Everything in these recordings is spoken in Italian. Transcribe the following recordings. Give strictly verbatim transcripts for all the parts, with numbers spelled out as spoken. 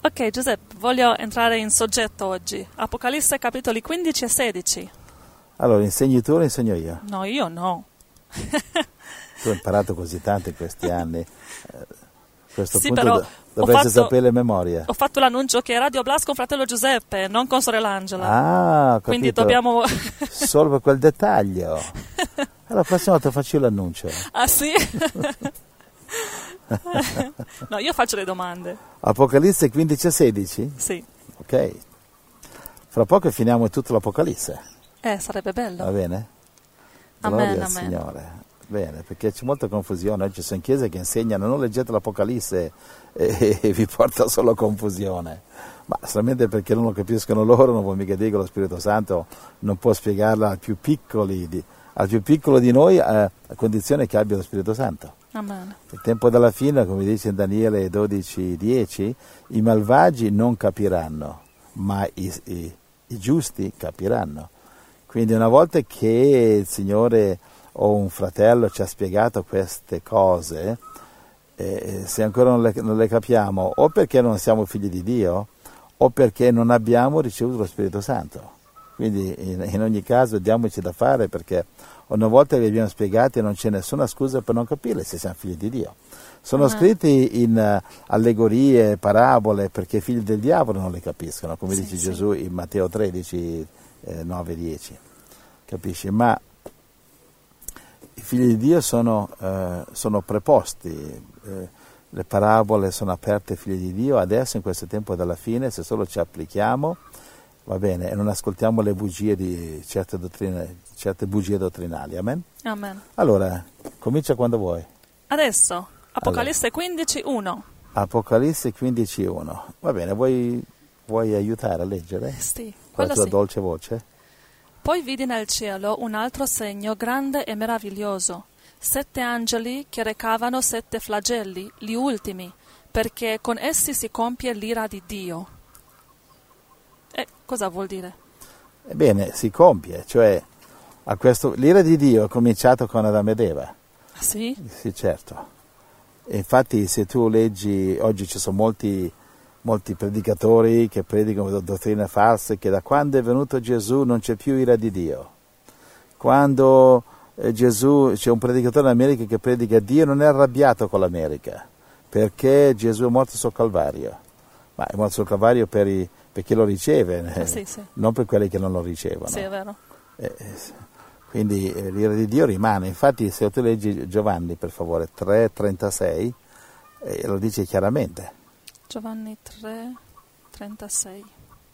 Ok, Giuseppe, voglio entrare in soggetto oggi. Apocalisse capitoli quindici e sedici. Allora, insegni tu o insegno io? No, io no. Tu hai imparato così tanto in questi anni. A questo Sì, punto però do- dovresti fatto, sapere le memorie. Ho fatto l'annuncio che Radio Blast con fratello Giuseppe, non con sorella Angela. Ah, ho capito. Quindi dobbiamo... Solo per quel dettaglio. Allora, la prossima volta faccio io l'annuncio. Ah sì? No, io faccio le domande. Apocalisse quindici e sedici? Sì. Ok. Fra poco finiamo tutta l'Apocalisse. Eh, sarebbe bello. Va bene? Amen, Gloria al amen. Signore. Bene, perché c'è molta confusione. Oggi sono chiese che insegnano non leggete l'Apocalisse e, e vi porta solo confusione. Ma solamente perché non lo capiscono loro, non vuol mica dire che lo Spirito Santo non può spiegarla al più piccoli di, al più piccolo di noi, a, a condizione che abbia lo Spirito Santo. Amen. Il tempo della fine, come dice in Daniele dodici dieci, i malvagi non capiranno, ma i, i, i giusti capiranno. Quindi una volta che il Signore o un fratello ci ha spiegato queste cose, eh, se ancora non le, non le capiamo, o perché non siamo figli di Dio, o perché non abbiamo ricevuto lo Spirito Santo. Quindi in, in ogni caso diamoci da fare, perché una volta che li abbiamo spiegati non c'è nessuna scusa per non capirle se siamo figli di Dio. Sono uh-huh. scritti in uh, allegorie, parabole, perché i figli del diavolo non le capiscono, come sì, dice sì. Gesù in Matteo tredici, eh, nove dieci. Capisci? Ma i figli di Dio sono, eh, sono preposti, eh, le parabole sono aperte ai figli di Dio, adesso in questo tempo della fine, se solo ci applichiamo, va bene, e non ascoltiamo le bugie di certe dottrine, certe bugie dottrinali, amen? Amen. Allora, comincia quando vuoi. Adesso, Apocalisse allora. quindici uno. Apocalisse quindici uno. Va bene, vuoi, vuoi aiutare a leggere? Sì, con la tua sì. dolce voce? Poi vidi nel cielo un altro segno grande e meraviglioso, sette angeli che recavano sette flagelli, gli ultimi, perché con essi si compie l'ira di Dio. E cosa vuol dire? Ebbene, si compie, cioè a questo, l'ira di Dio è cominciato con Adamo ed Eva. Sì? Sì, certo. E infatti se tu leggi, oggi ci sono molti... molti predicatori che predicano dottrine false, che da quando è venuto Gesù non c'è più ira di Dio. Quando eh, Gesù, c'è un predicatore in America che predica Dio non è arrabbiato con l'America, perché Gesù è morto sul Calvario. Ma è morto sul Calvario per, i, per chi lo riceve, eh, sì, sì. non per quelli che non lo ricevono. Sì, è vero. Eh, quindi eh, l'ira di Dio rimane. Infatti se tu leggi Giovanni, per favore, tre trentasei, eh, lo dice chiaramente. Giovanni tre trentasei.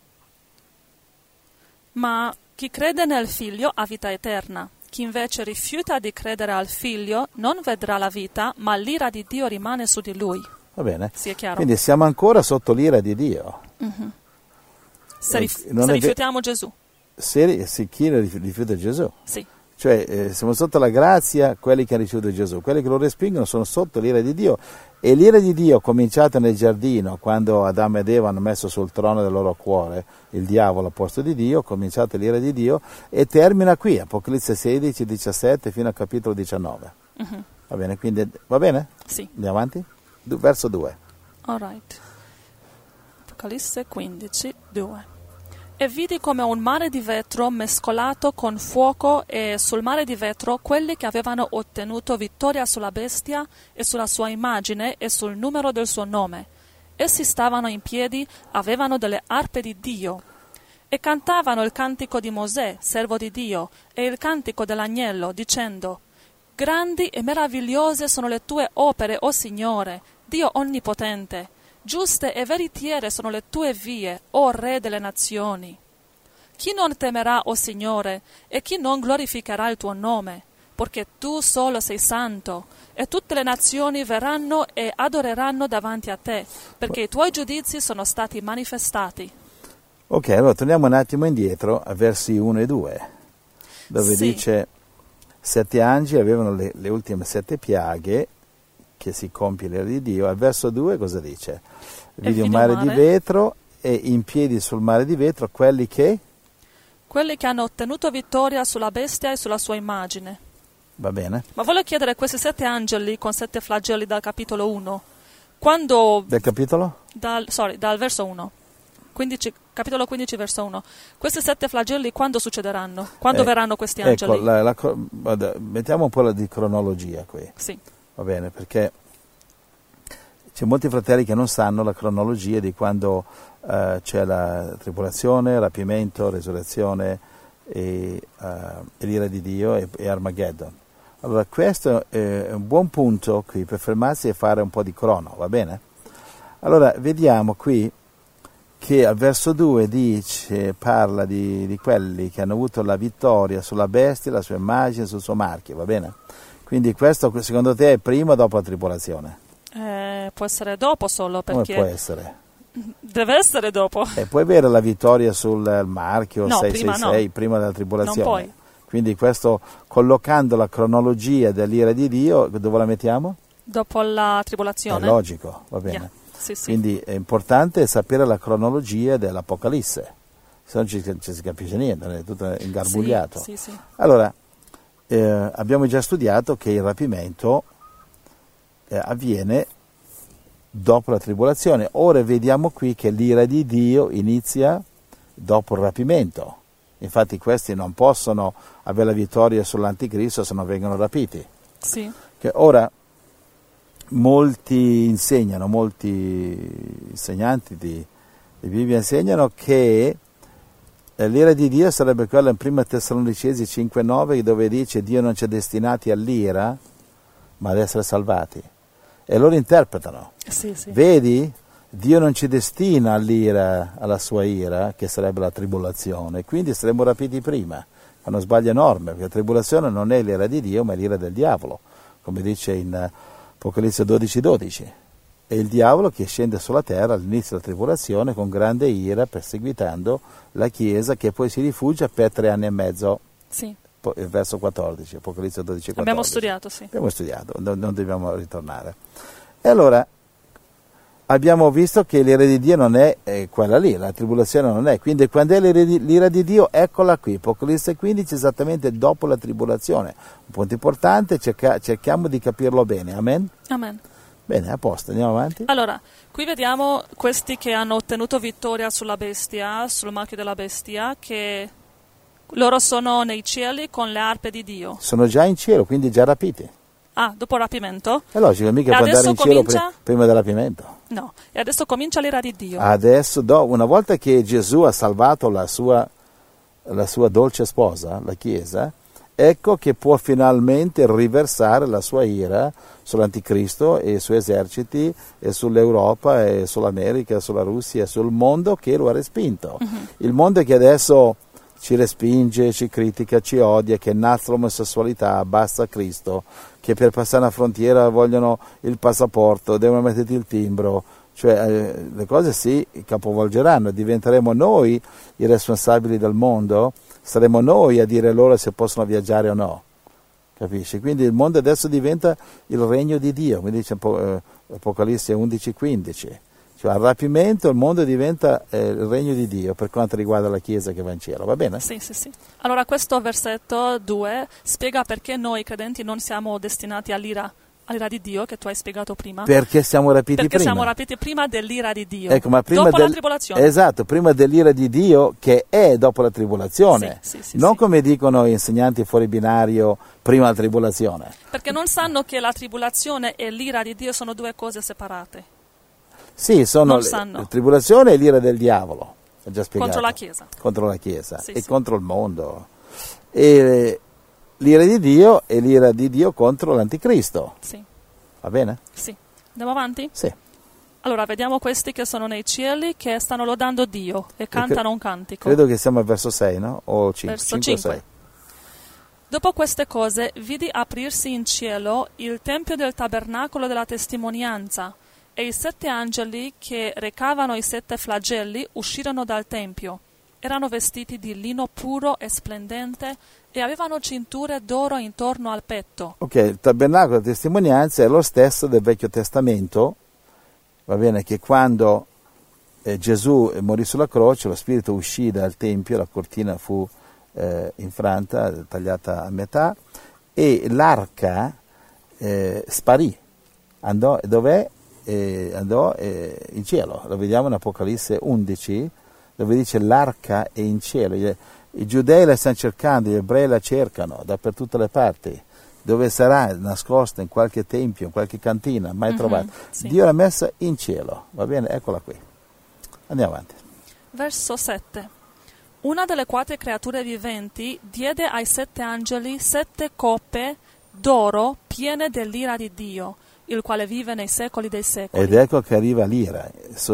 Ma chi crede nel Figlio ha vita eterna. Chi invece rifiuta di credere al Figlio non vedrà la vita, ma l'ira di Dio rimane su di lui. Va bene. Sì, è chiaro. Quindi siamo ancora sotto l'ira di Dio. Mm-hmm. Se, eh, rif- se rifiutiamo ve- Gesù. Se, se chi rifiuta Gesù. Sì. Cioè eh, siamo sotto la grazia quelli che hanno ricevuto Gesù, quelli che lo respingono sono sotto l'ira di Dio, e l'ira di Dio cominciata nel giardino quando Adamo ed Eva hanno messo sul trono del loro cuore il diavolo al posto di Dio, cominciata l'ira di Dio e termina qui, Apocalisse sedici diciassette fino al capitolo diciannove. Uh-huh. Va bene, quindi va bene? Sì. Andiamo avanti? Du- verso due. All right. Apocalisse quindici due. E vidi come un mare di vetro mescolato con fuoco, e sul mare di vetro quelli che avevano ottenuto vittoria sulla bestia e sulla sua immagine e sul numero del suo nome. Essi stavano in piedi, avevano delle arpe di Dio e cantavano il cantico di Mosè, servo di Dio, e il cantico dell'agnello, dicendo: Grandi e meravigliose sono le tue opere, o Signore, Dio onnipotente. Giuste e veritiere sono le tue vie, o Re delle nazioni. Chi non temerà, o Signore, e chi non glorificherà il tuo nome? Perché tu solo sei santo, e tutte le nazioni verranno e adoreranno davanti a te, perché i tuoi giudizi sono stati manifestati. Ok, allora torniamo un attimo indietro a versi uno e due, dove sì. dice: sette angeli avevano le, le ultime sette piaghe, che si compie l'ira di Dio. Al verso due cosa dice? Vidi un mare, mare di vetro, e in piedi sul mare di vetro quelli che? Quelli che hanno ottenuto vittoria sulla bestia e sulla sua immagine. Va bene. Ma voglio chiedere, questi sette angeli con sette flagelli dal capitolo uno, quando... Del capitolo? Dal, sorry, dal verso uno. quindici, capitolo quindici, verso uno. Questi sette flagelli quando succederanno? Quando eh, verranno questi angeli? Ecco, la, la, guarda, mettiamo un po' di cronologia qui. Sì. Va bene, perché c'è molti fratelli che non sanno la cronologia di quando uh, c'è la tribolazione, rapimento, resurrezione e, uh, e l'ira di Dio e, e Armageddon. Allora questo è un buon punto qui per fermarsi e fare un po' di crono, va bene? Allora vediamo qui che al verso due dice, parla di, di quelli che hanno avuto la vittoria sulla bestia, la sua immagine, sul suo marchio, va bene? Quindi questo secondo te è prima o dopo la tribolazione? Eh, può essere dopo solo perché... Come può essere? Deve essere dopo. E puoi avere la vittoria sul marchio no, sei prima sei sei no. prima della tribolazione. Non puoi. Quindi questo, collocando la cronologia dell'ira di Dio, dove la mettiamo? Dopo la tribolazione. È logico, va bene. Yeah. Sì, sì. Quindi è importante sapere la cronologia dell'Apocalisse, se no ci, ci si capisce niente, è tutto ingarbugliato. Sì, sì, sì. Allora, eh, abbiamo già studiato che il rapimento eh, avviene dopo la tribolazione. Ora vediamo qui che l'ira di Dio inizia dopo il rapimento. Infatti questi non possono avere la vittoria sull'anticristo se non vengono rapiti. Sì. Che ora molti insegnano, molti insegnanti di, di Bibbia insegnano che l'ira di Dio sarebbe quella in prima Tessalonicesi cinque nove dove dice Dio non ci ha destinati all'ira ma ad essere salvati. E loro interpretano. Sì, sì. Vedi? Dio non ci destina all'ira, alla sua ira, che sarebbe la tribolazione, quindi saremmo rapiti prima. È uno sbaglio enorme, perché la tribolazione non è l'ira di Dio, ma è l'ira del diavolo, come dice in Apocalisse dodici dodici. È il diavolo che scende sulla terra all'inizio della tribolazione con grande ira, perseguitando la Chiesa, che poi si rifugia per tre anni e mezzo. Sì. Il verso quattordici, Apocalisse dodici quattordici. Abbiamo studiato, sì. Abbiamo studiato, non, non dobbiamo ritornare. E allora abbiamo visto che l'ira di Dio non è eh, quella lì, la tribolazione non è. Quindi quando è l'ira di, l'ira di Dio, eccola qui, Apocalisse quindici, esattamente dopo la tribolazione. Un punto importante, cerca, cerchiamo di capirlo bene, amen? Amen. Bene, a posto, andiamo avanti. Allora, qui vediamo questi che hanno ottenuto vittoria sulla bestia, sul marchio della bestia, che loro sono nei cieli con le arpe di Dio. Sono già in cielo, quindi già rapiti. Ah, dopo il rapimento? È logico, mica E può andare in adesso cielo comincia- pri- prima del rapimento. No. E adesso comincia l'ira di Dio. Adesso, do, una volta che Gesù ha salvato la sua, la sua dolce sposa, la Chiesa, ecco che può finalmente riversare la sua ira sull'Anticristo e sui suoi eserciti e sull'Europa e sull'America, sulla Russia e sul mondo che lo ha respinto. Uh-huh. Il mondo che adesso ci respinge, ci critica, ci odia, che innalza l'omosessualità, abbassa Cristo, che per passare una frontiera vogliono il passaporto, devono metterti il timbro, cioè eh, le cose si capovolgeranno, diventeremo noi i responsabili del mondo, saremo noi a dire loro se possono viaggiare o no, capisci? Quindi il mondo adesso diventa il regno di Dio, come dice eh, Apocalisse undici quindici. Cioè, al rapimento il mondo diventa eh, il regno di Dio per quanto riguarda la Chiesa che va in cielo, va bene? Sì, sì, sì. Allora questo versetto due spiega perché noi credenti non siamo destinati all'ira, all'ira di Dio che tu hai spiegato prima. Perché siamo rapiti perché prima. siamo rapiti prima dell'ira di Dio, ecco, ma prima dopo del, la tribolazione. Esatto, prima dell'ira di Dio che è dopo la tribolazione, sì, sì, sì, non sì. come dicono gli insegnanti fuori binario prima della tribolazione. Perché non sanno che la tribolazione e l'ira di Dio sono due cose separate. Sì, sono Non le, sanno. la tribolazione e l'ira del diavolo, ho già spiegato. Contro la Chiesa. Contro la Chiesa sì, e sì. contro il mondo. E l'ira di Dio e l'ira di Dio contro l'Anticristo. Sì. Va bene? Sì. Andiamo avanti? Sì. Allora, vediamo questi che sono nei cieli, che stanno lodando Dio e cantano cre- un cantico. Credo che siamo al verso sei, no? O cinque? Verso cinque o cinque. sei. Dopo queste cose vidi aprirsi in cielo il tempio del tabernacolo della testimonianza, e i sette angeli che recavano i sette flagelli uscirono dal tempio. Erano vestiti di lino puro e splendente e avevano cinture d'oro intorno al petto. Ok, il tabernacolo della testimonianza è lo stesso del Vecchio Testamento, va bene, che quando eh, Gesù morì sulla croce, lo Spirito uscì dal Tempio, la cortina fu eh, infranta, tagliata a metà, e l'arca eh, sparì. Andò, dov'è? e andò eh, in cielo. Lo vediamo in Apocalisse undici, dove dice l'arca è in cielo. I, i giudei la stanno cercando, gli ebrei la cercano da per tutte le parti. Dove sarà nascosta in qualche tempio, in qualche cantina, mai mm-hmm, trovata. Sì. Dio l'ha messa in cielo, va bene? Eccola qui. Andiamo avanti. Verso sette. Una delle quattro creature viventi diede ai sette angeli sette coppe d'oro piene dell'ira di Dio, il quale vive nei secoli dei secoli. Ed ecco che arriva l'ira,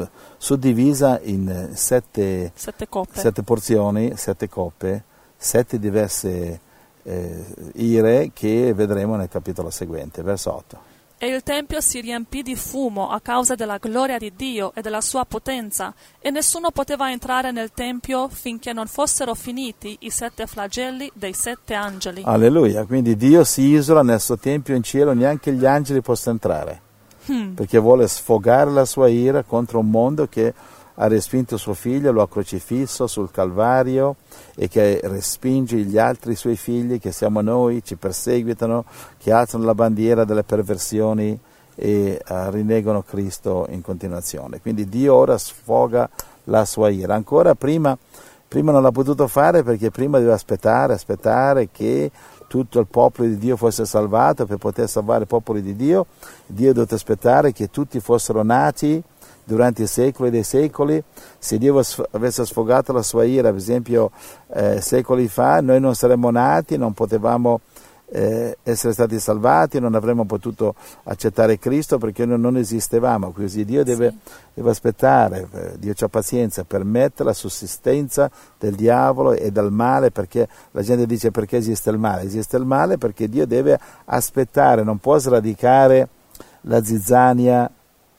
suddivisa in sette, sette, coppe. sette porzioni, sette coppe, sette diverse Eh, ire che vedremo nel capitolo seguente, verso otto. E il tempio si riempì di fumo a causa della gloria di Dio e della sua potenza, e nessuno poteva entrare nel tempio finché non fossero finiti i sette flagelli dei sette angeli. Alleluia, quindi Dio si isola nel suo tempio in cielo, neanche gli angeli possono entrare, hmm. perché vuole sfogare la sua ira contro un mondo che ha respinto suo figlio, lo ha crocifisso sul Calvario e che respinge gli altri suoi figli, che siamo noi, ci perseguitano, che alzano la bandiera delle perversioni e uh, rinnegano Cristo in continuazione. Quindi Dio ora sfoga la sua ira. Ancora prima, prima non l'ha potuto fare perché prima doveva aspettare, aspettare che tutto il popolo di Dio fosse salvato. Per poter salvare il popolo di Dio, Dio doveva aspettare che tutti fossero nati durante i secoli dei secoli. Se Dio avesse sfogato la sua ira, per esempio eh, secoli fa, noi non saremmo nati, non potevamo eh, essere stati salvati, non avremmo potuto accettare Cristo perché noi non esistevamo. Così Dio deve, sì. deve aspettare, eh, Dio ha pazienza, permette la sussistenza del diavolo e del male, perché la gente dice perché esiste il male? Esiste il male perché Dio deve aspettare, non può sradicare la zizzania,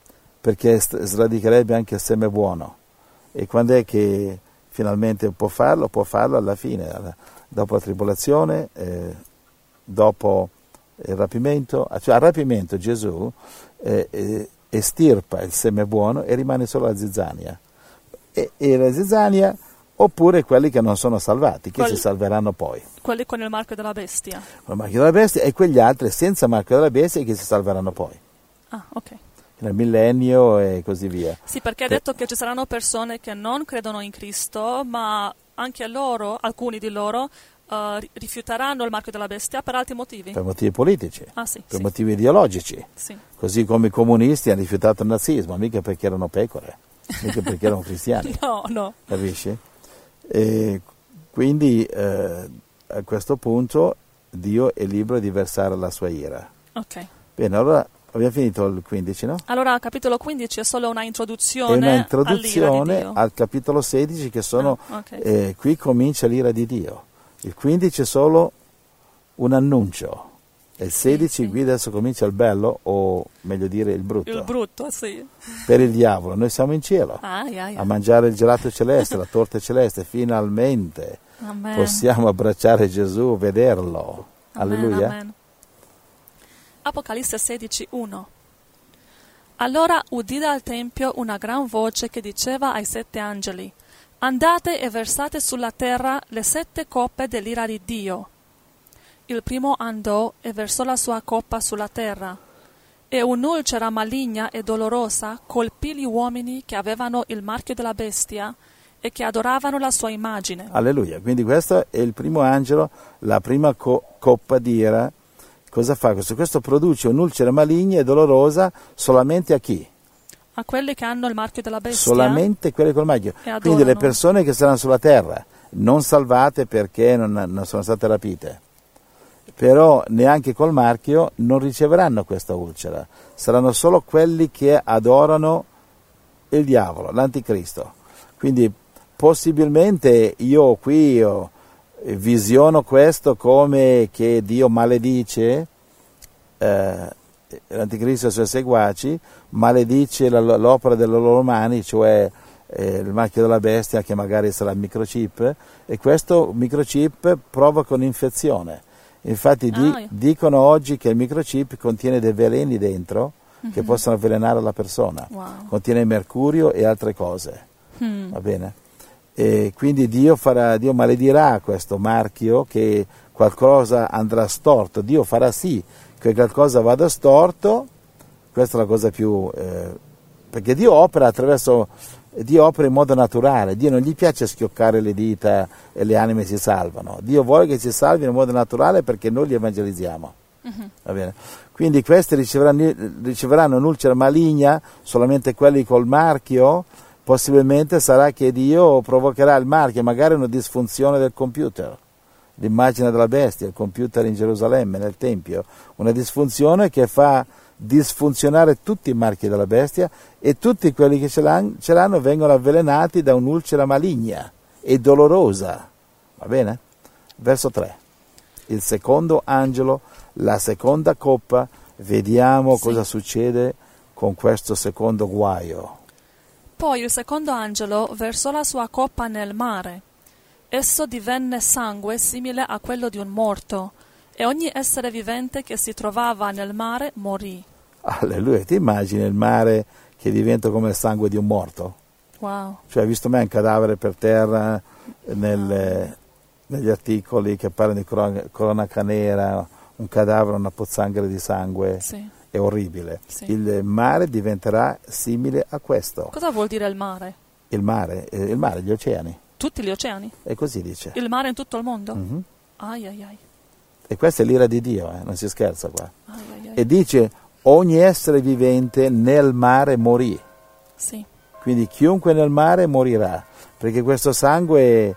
perché sradicherebbe anche il seme buono. E quando è che finalmente può farlo? Può farlo alla fine, alla, dopo la tribolazione, eh, dopo il rapimento. Cioè al rapimento Gesù eh, eh, estirpa il seme buono e rimane solo la zizzania. E, e la zizzania, oppure quelli che non sono salvati, che quelli, si salveranno poi. Quelli con il marchio della bestia. Con il marchio della bestia, e quegli altri senza marchio della bestia che si salveranno poi. Ah, ok. Nel millennio e così via. Sì, perché ha detto che ci saranno persone che non credono in Cristo, ma anche loro, alcuni di loro, uh, rifiuteranno il marchio della bestia per altri motivi. Per motivi politici, ah, sì, per sì. motivi ideologici. Sì. Così come i comunisti hanno rifiutato il nazismo, mica perché erano pecore, mica perché erano cristiani. No, no. Capisci? E quindi eh, a questo punto Dio è libero di versare la sua ira. Ok. Bene, allora abbiamo finito il quindici, no? Allora il capitolo quindici è solo una introduzione, è una introduzione di al capitolo sedici, che sono ah, okay. eh, qui comincia l'ira di Dio. Il quindici è solo un annuncio, e il sedici sì, qui sì. adesso comincia il bello, o meglio dire il brutto. Il brutto, sì. Per il diavolo. Noi siamo in cielo ah, yeah, yeah. a mangiare il gelato celeste, la torta celeste. Finalmente Amen. Possiamo abbracciare Gesù, vederlo. Amen, Alleluia. Amen. Apocalisse sedici uno. Allora udì dal tempio una gran voce che diceva ai sette angeli: andate e versate sulla terra le sette coppe dell'ira di Dio. Il primo andò e versò la sua coppa sulla terra, e un'ulcera maligna e dolorosa colpì gli uomini che avevano il marchio della bestia e che adoravano la sua immagine. Alleluia. Quindi questo è il primo angelo, la prima co- coppa di ira. Cosa fa questo? Questo produce un'ulcera maligna e dolorosa solamente a chi? A quelli che hanno il marchio della bestia. Solamente quelli col marchio. Quindi le persone che saranno sulla terra, non salvate perché non, non sono state rapite, però neanche col marchio non riceveranno questa ulcera. Saranno solo quelli che adorano il diavolo, l'anticristo. Quindi possibilmente io qui... Io, visiono questo come che Dio maledice eh, l'anticristo e i suoi seguaci, maledice la, l'opera delle loro mani, cioè eh, il marchio della bestia, che magari sarà il microchip, e questo microchip provoca un'infezione. Infatti di, ah, dicono oggi che il microchip contiene dei veleni dentro mm-hmm. che possono avvelenare la persona. Wow. Contiene mercurio e altre cose. Mm. Va bene? E quindi Dio, farà, Dio maledirà questo marchio, che qualcosa andrà storto. Dio farà sì che qualcosa vada storto, questa è la cosa più... Eh, perché Dio opera attraverso... Dio opera in modo naturale, Dio non gli piace schioccare le dita e le anime si salvano, Dio vuole che si salvino in modo naturale perché noi li evangelizziamo. Uh-huh. Va bene? Quindi questi riceveranno, riceveranno un'ulcera maligna, solamente quelli col marchio, possibilmente sarà che Dio provocherà il marchio, magari una disfunzione del computer, l'immagine della bestia, il computer in Gerusalemme, nel Tempio, una disfunzione che fa disfunzionare tutti i marchi della bestia e tutti quelli che ce l'hanno, ce l'hanno vengono avvelenati da un'ulcera maligna e dolorosa. Va bene? Verso tre. Il secondo angelo, la seconda coppa, vediamo sì. cosa succede con questo secondo guaio. Poi il secondo angelo versò la sua coppa nel mare. Esso divenne sangue simile a quello di un morto, e ogni essere vivente che si trovava nel mare morì. Alleluia, ti immagini il mare che diventa come il sangue di un morto? Wow. Cioè, hai visto mai un cadavere per terra nelle, negli articoli che parlano di cronaca, cronaca nera, un cadavere, una pozzanghera di sangue? Sì. È orribile. Sì. Il mare diventerà simile a questo. Cosa vuol dire il mare? Il mare, eh, il mare, gli oceani. Tutti gli oceani? E così dice. Il mare in tutto il mondo? Mm-hmm. Ai ai ai. E questa è l'ira di Dio, eh? Non si scherza qua. Ai ai ai. E dice, ogni essere vivente nel mare morì. Sì. Quindi chiunque nel mare morirà, perché questo sangue,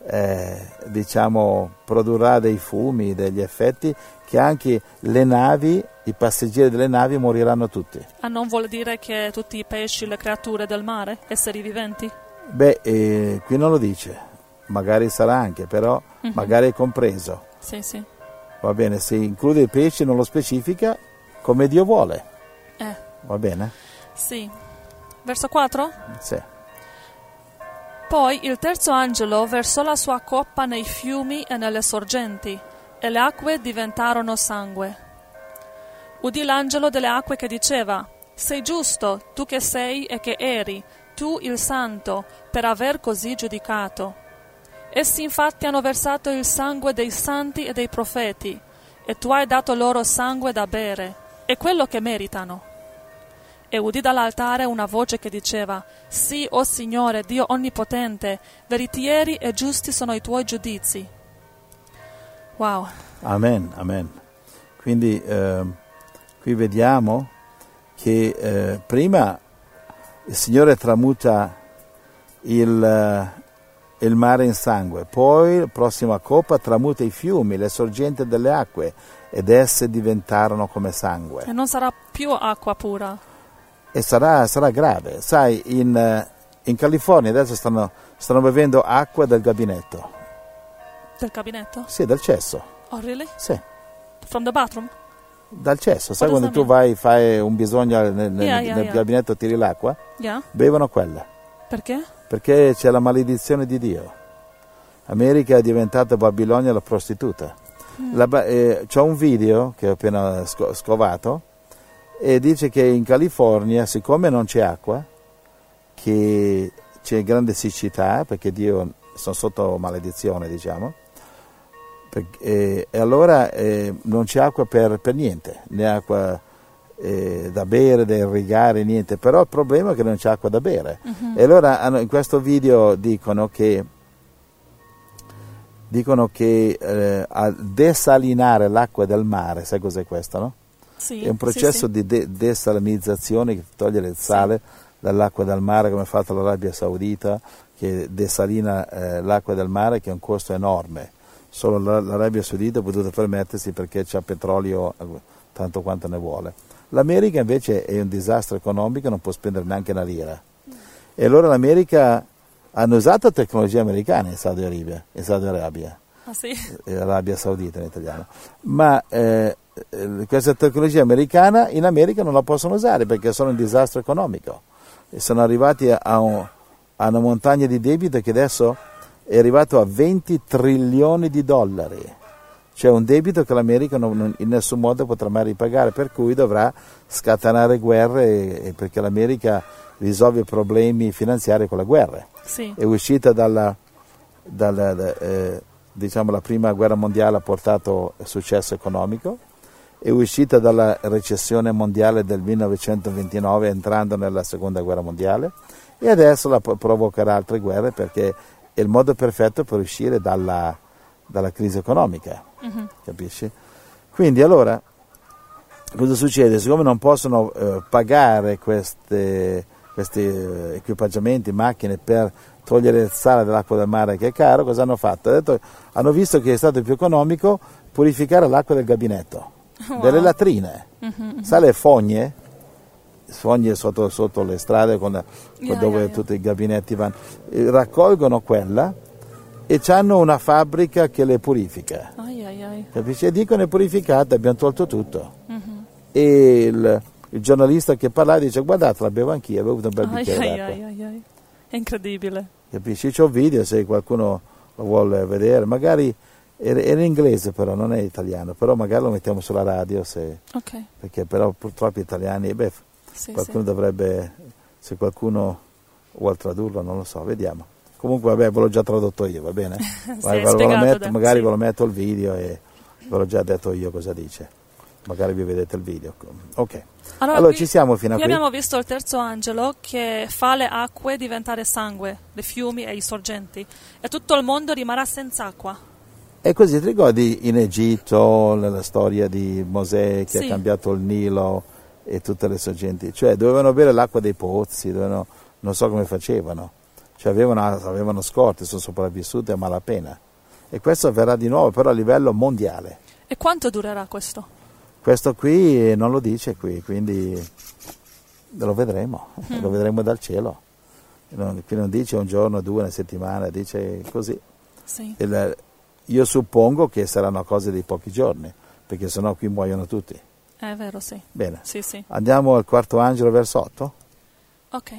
eh, diciamo, produrrà dei fumi, degli effetti, che anche le navi, i passeggeri delle navi moriranno tutti. Ah, non vuol dire che tutti i pesci, le creature del mare, esseri viventi? Beh, eh, qui non lo dice, magari sarà anche, però mm-hmm. magari è compreso. Sì, sì. Va bene, se include i pesci non lo specifica, come Dio vuole. Eh. Va bene? Sì. Verso quattro? Sì. Poi il terzo angelo versò la sua coppa nei fiumi e nelle sorgenti, e le acque diventarono sangue. Udì l'angelo delle acque che diceva: sei giusto, tu che sei e che eri, tu il santo, per aver così giudicato. Essi infatti hanno versato il sangue dei santi e dei profeti, e tu hai dato loro sangue da bere, è quello che meritano. E udì dall'altare una voce che diceva: sì, o Signore, Dio onnipotente, veritieri e giusti sono i tuoi giudizi. Wow. Amen, amen. Quindi eh, qui vediamo che eh, prima il Signore tramuta il, il mare in sangue, poi la prossima coppa tramuta i fiumi, le sorgenti delle acque, ed esse diventarono come sangue. E non sarà più acqua pura. E sarà, sarà grave. Sai, in, in California adesso stanno, stanno bevendo acqua del gabinetto. Del gabinetto? Sì, dal cesso. Oh, really? Sì. From the bathroom? Dal cesso. Sai What quando tu does that vai, fai un bisogno nel, nel, Yeah, yeah, nel yeah. gabinetto, tiri l'acqua? Yeah. Bevono quella. Perché? Perché c'è la maledizione di Dio. America è diventata Babilonia la prostituta. Mm. La, ba- eh, c'ho un video che ho appena sco- scovato e dice che in California, siccome non c'è acqua, che c'è grande siccità, perché Dio sono sotto maledizione, diciamo, per, e, e allora eh, non c'è acqua per, per niente, né acqua eh, da bere, da irrigare, niente. Però il problema è che non c'è acqua da bere. Uh-huh. E allora hanno, in questo video dicono che dicono che eh, a desalinare l'acqua del mare, sai cos'è questo, no? Sì, è un processo sì, sì. di de- desalinizzazione che toglie il sale sì. dall'acqua del mare, come ha fatto l'Arabia Saudita, che desalina eh, l'acqua del mare, che è un costo enorme. Solo l'Arabia Saudita ha potuto permettersi perché c'ha petrolio tanto quanto ne vuole. L'America invece è un disastro economico, non può spendere neanche una lira. E allora l'America hanno usato tecnologia americana in Saudi Arabia, in Saudi Arabia. Ah, sì? Arabia Saudita in italiano. Ma eh, questa tecnologia americana in America non la possono usare perché sono un disastro economico. E sono arrivati a, un, a una montagna di debito che adesso è arrivato a venti trilioni di dollari. Cioè un debito che l'America non, non, in nessun modo potrà mai ripagare, per cui dovrà scatenare guerre e, e perché l'America risolve problemi finanziari con le guerre. Sì. È uscita dalla, dalla eh, diciamo la prima guerra mondiale, ha portato successo economico, è uscita dalla recessione mondiale del millenovecentoventinove entrando nella seconda guerra mondiale e adesso la provocherà altre guerre perché è il modo perfetto per uscire dalla, dalla crisi economica, uh-huh. Capisci? Quindi allora cosa succede? Siccome non possono eh, pagare queste, questi eh, equipaggiamenti, macchine per togliere il sale dell'acqua del mare che è caro, cosa hanno fatto? Hanno, detto, hanno visto che è stato più economico purificare l'acqua del gabinetto, wow. Delle latrine, uh-huh. Sai le fogne? Fogne sotto, sotto le strade con, yeah, dove yeah, tutti yeah. i gabinetti vanno, e raccolgono quella e hanno una fabbrica che le purifica. Ai, ai, ai. Capisci? E dicono è purificata, abbiamo tolto tutto. Uh-huh. E il, il giornalista che parlava dice guardate, la bevo anch'io, ho bevuto un bel ai, bicchiere ai, d'acqua. ai, ai, ai. È incredibile. Capisci? C'ho un video se qualcuno lo vuole vedere, magari era in inglese però, non è italiano, però magari lo mettiamo sulla radio se, okay. Perché però purtroppo gli italiani, beh, sì, qualcuno sì. dovrebbe, se qualcuno vuole tradurlo, non lo so, vediamo. Comunque vabbè, ve l'ho già tradotto io, va bene? sì, ve lo metto, da, magari sì. ve lo metto il video e ve l'ho già detto io cosa dice. Magari vi vedete il video. Ok. Allora, allora qui, ci siamo fino a qui qui. Abbiamo visto il terzo angelo che fa le acque diventare sangue, le fiumi e i sorgenti, e tutto il mondo rimarrà senza acqua. E così ti ricordi in Egitto, nella storia di Mosè che sì. ha cambiato il Nilo e tutte le sorgenti, cioè dovevano bere l'acqua dei pozzi, dovevano, non so come facevano, cioè avevano, avevano scorte, sono sopravvissute a malapena. E questo avverrà di nuovo però a livello mondiale. E quanto durerà questo? Questo qui non lo dice qui, quindi lo vedremo, mm. lo vedremo dal cielo. Non, qui non dice un giorno, due, una settimana, dice così. Sì. Il, io suppongo che saranno cose di pochi giorni, perché sennò qui muoiono tutti. È vero, sì. Bene, sì, sì. Andiamo al quarto angelo, verso otto? Ok,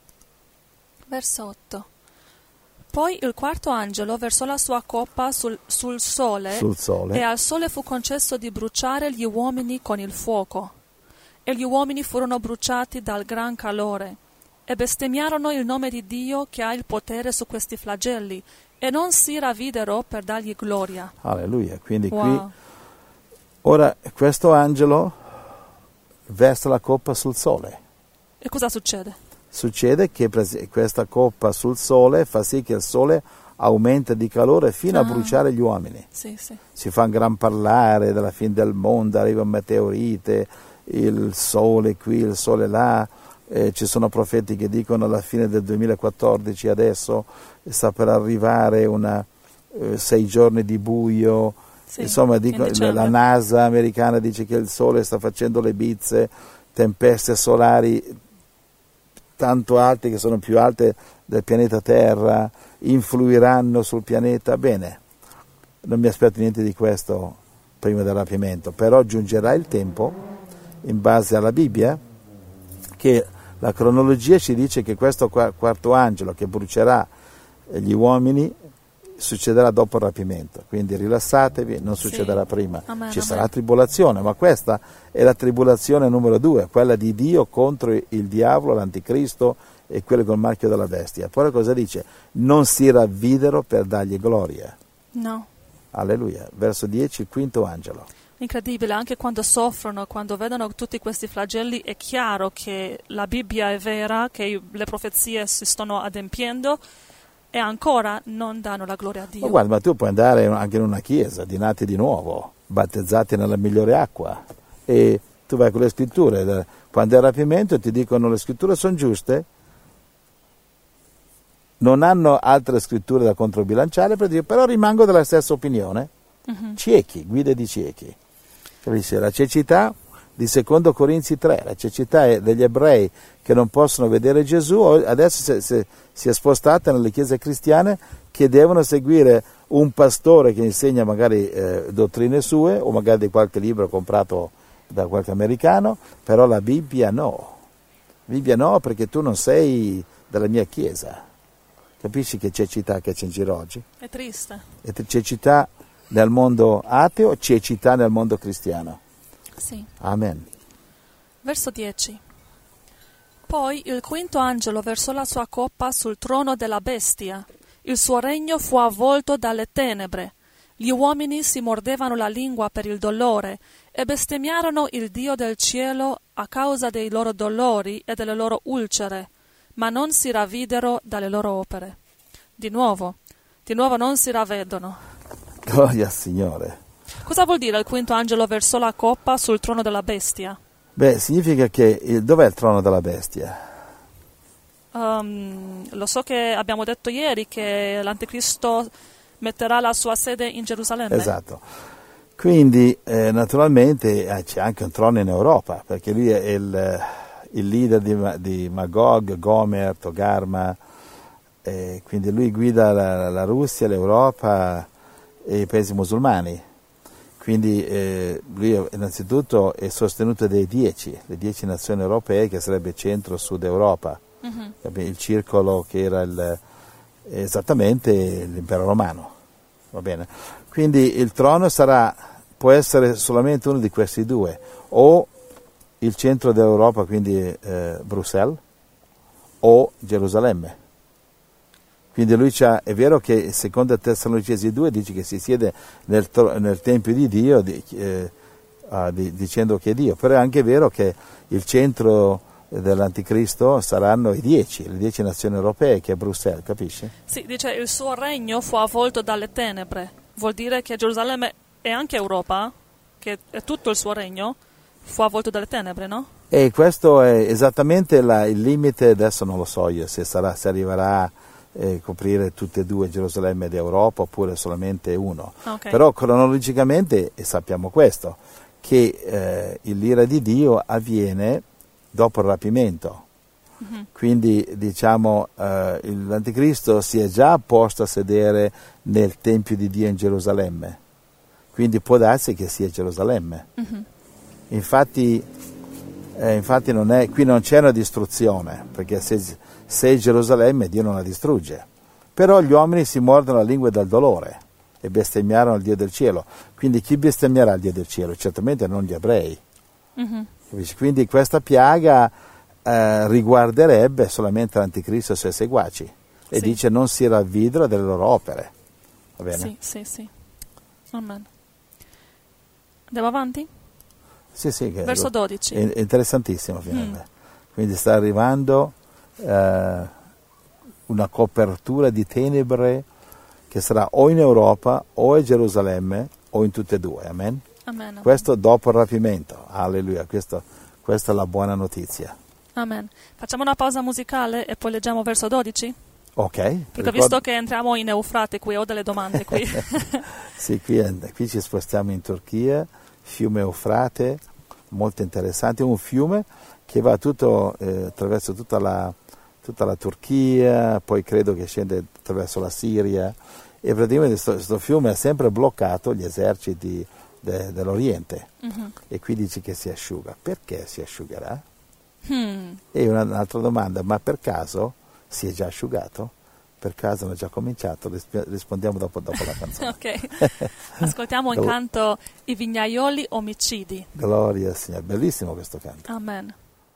verso otto. Poi il quarto angelo versò la sua coppa sul, sul, sole, sul sole e al sole fu concesso di bruciare gli uomini con il fuoco. E gli uomini furono bruciati dal gran calore e bestemmiarono il nome di Dio che ha il potere su questi flagelli e non si ravvidero per dargli gloria. Alleluia, quindi wow. qui ora questo angelo versa la coppa sul sole. E cosa succede? Succede che questa coppa sul sole fa sì che il sole aumenta di calore fino ah. a bruciare gli uomini. Sì, sì. Si fa un gran parlare della fine del mondo, arriva un meteorite, il sole qui, il sole là, eh, ci sono profeti che dicono alla fine del duemilaquattordici adesso sta per arrivare una eh, sei giorni di buio, sì, insomma dico, la NASA americana dice che il sole sta facendo le bizze, tempeste solari tanto alte che sono più alte del pianeta Terra, influiranno sul pianeta. Bene, non mi aspetto niente di questo prima del rapimento, però giungerà il tempo, in base alla Bibbia, che la cronologia ci dice che questo quarto angelo che brucerà gli uomini succederà dopo il rapimento, quindi rilassatevi, non succederà sì. prima. Amen, ci amen. sarà tribolazione, ma questa è la tribolazione numero due, quella di Dio contro il diavolo, l'anticristo e quello col marchio della bestia. Poi cosa dice? Non si ravvidero per dargli gloria. No. Alleluia. Verso dieci, il quinto angelo. Incredibile, anche quando soffrono, quando vedono tutti questi flagelli, è chiaro che la Bibbia è vera, che le profezie si stanno adempiendo, e ancora non danno la gloria a Dio. Ma guarda, ma tu puoi andare anche in una chiesa di nati di nuovo, battezzati nella migliore acqua, e tu vai con le scritture, quando è il rapimento ti dicono le scritture sono giuste, non hanno altre scritture da controbilanciare, per dire, però rimango della stessa opinione. Uh-huh. Ciechi, guide di ciechi. Capisci? La cecità di secondo Corinzi tre, la cecità è degli ebrei che non possono vedere Gesù, adesso si, si, si è spostata nelle chiese cristiane che devono seguire un pastore che insegna magari eh, dottrine sue o magari di qualche libro comprato da qualche americano, però la Bibbia no. Bibbia no, perché tu non sei della mia chiesa. Capisci che cecità che c'è in giro oggi? È triste. È cecità nel mondo ateo, cecità nel mondo cristiano. Sì. Amen. Verso dieci. Poi il quinto angelo versò la sua coppa sul trono della bestia. Il suo regno fu avvolto dalle tenebre, Gli uomini si mordevano la lingua per il dolore e bestemmiarono il Dio del cielo a causa dei loro dolori e delle loro ulcere, ma non si ravvidero dalle loro opere. Di nuovo, di nuovo non si ravvedono. Gloria al Signore. Cosa vuol dire il quinto angelo versò la coppa sul trono della bestia? Beh, significa che il, dov'è il trono della bestia? Um, lo so che abbiamo detto ieri che l'Anticristo metterà la sua sede in Gerusalemme. Esatto. Quindi eh, naturalmente eh, c'è anche un trono in Europa, perché lui è il, il leader di, di Magog, Gomer, Togarma, eh, quindi lui guida la, la Russia, l'Europa e i paesi musulmani. Quindi eh, lui innanzitutto è sostenuto dai dieci, le dieci nazioni europee, che sarebbe centro-sud Europa, mm-hmm. il circolo che era il, esattamente l'impero romano. Va bene? Quindi il trono sarà, può essere solamente uno di questi due, o il centro d'Europa, quindi eh, Bruxelles, o Gerusalemme. Quindi lui c'ha, è vero che secondo Tessalonicesi due dice che si siede nel, nel Tempio di Dio di, eh, uh, di, dicendo che è Dio, però è anche vero che il centro dell'Anticristo saranno i dieci, le dieci nazioni europee, che è Bruxelles, capisci? Sì, dice il suo regno fu avvolto dalle tenebre, vuol dire che Gerusalemme e anche Europa, che è tutto il suo regno, fu avvolto dalle tenebre, no? E questo è esattamente la, il limite, adesso non lo so io, se, sarà, se arriverà Eh, coprire tutte e due Gerusalemme ed Europa oppure solamente uno. Okay. Però cronologicamente eh, sappiamo questo, che eh, l'ira di Dio avviene dopo il rapimento. Mm-hmm. Quindi diciamo eh, l'Anticristo si è già posto a sedere nel Tempio di Dio in Gerusalemme, quindi può darsi che sia Gerusalemme. Mm-hmm. Infatti, eh, infatti non è, qui non c'è una distruzione, perché se se è Gerusalemme Dio non la distrugge, però gli uomini si mordono la lingua dal dolore e bestemmiarono il Dio del cielo. Quindi chi bestemmierà il Dio del cielo? Certamente non gli ebrei. Mm-hmm. Quindi questa piaga eh, riguarderebbe solamente l'Anticristo e i suoi seguaci, e sì. Dice non si ravvidero delle loro opere. Va bene? Sì, sì, sì. Amen. Andiamo avanti? Sì, sì. Che Verso dodici. È interessantissimo finalmente. Mm. Quindi sta arrivando Uh, una copertura di tenebre che sarà o in Europa o a Gerusalemme o in tutte e due. Amen? Amen, amen. Questo dopo il rapimento. Alleluia. Questo, questa è la buona notizia. Amen. Facciamo una pausa musicale e poi leggiamo verso dodici? Ok. Perché ricordo... ho visto che entriamo in Eufrate qui, ho delle domande qui. Sì, qui, qui ci spostiamo in Turchia, fiume Eufrate, molto interessante, un fiume che va tutto eh, attraverso tutta la tutta la Turchia, poi credo che scende attraverso la Siria, e praticamente questo fiume ha sempre bloccato gli eserciti de, dell'Oriente, uh-huh. E qui dice che si asciuga. Perché si asciugherà? Hmm. E una, un'altra domanda, ma per caso si è già asciugato? Per caso hanno già cominciato? Rispondiamo dopo, dopo la canzone. Ok, ascoltiamo il canto I vignaioli omicidi. Gloria al Signore, bellissimo questo canto. Amen.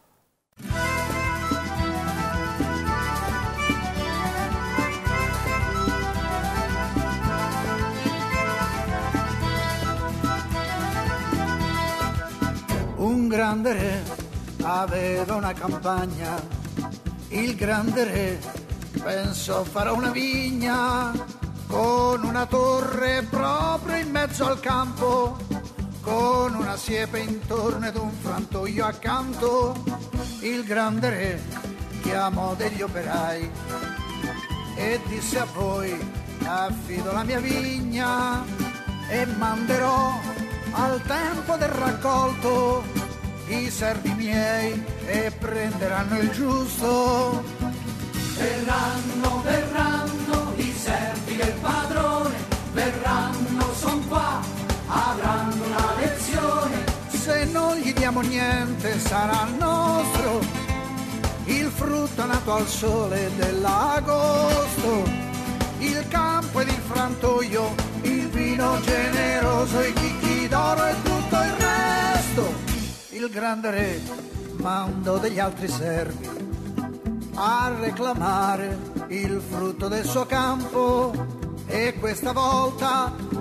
Un grande re aveva una campagna, il grande re pensò farò una vigna con una torre proprio in mezzo al campo, con una siepe intorno ed un frantoio accanto. Il grande re chiamò degli operai e disse a voi affido la mia vigna e manderò al tempo del raccolto i servi miei e prenderanno il giusto. Verranno, verranno i servi del padrone, verranno, son qua, avranno una lezione. Se non gli diamo niente sarà nostro il frutto nato al sole dell'agosto, il campo ed il frantoio, il vino generoso, i chicchi d'oro e tutto il resto. Il grande re mandò degli altri servi a reclamare il frutto del suo campo e questa volta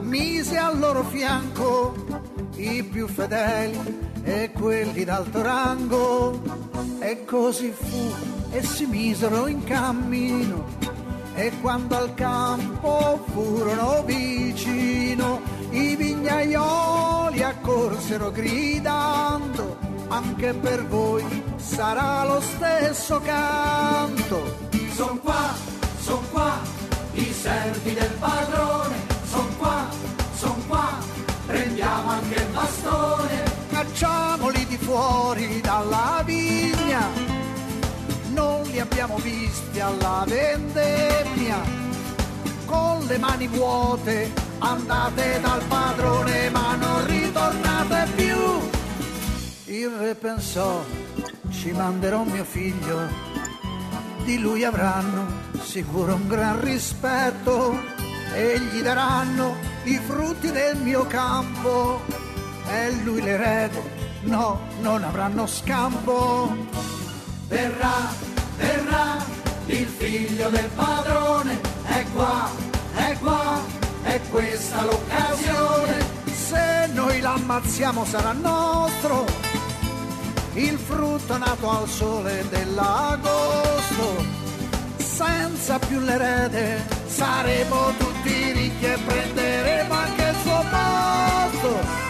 mise al loro fianco i più fedeli e quelli d'alto rango, e così fu e si misero in cammino, e quando al campo furono vicino, i vignaioli accorsero gridando: anche per voi sarà lo stesso canto. Son qua, son qua, i servi del padrone, son qua, son qua, prendiamo anche il bastone. Cacciamoli di fuori dalla vigna, non li abbiamo visti alla vendemmia. Con le mani vuote andate dal padrone, ma non ritornate più. Il re pensò: ci manderò mio figlio, di lui avranno sicuro un gran rispetto, e gli daranno i frutti del mio campo, e lui l'erede, no, non avranno scampo. Verrà, verrà, il figlio del padrone, è qua, è qua, è questa l'occasione. Se noi l'ammazziamo sarà nostro il frutto nato al sole dell'agosto. Senza più l'erede saremo tutti ricchi e prenderemo anche il suo posto.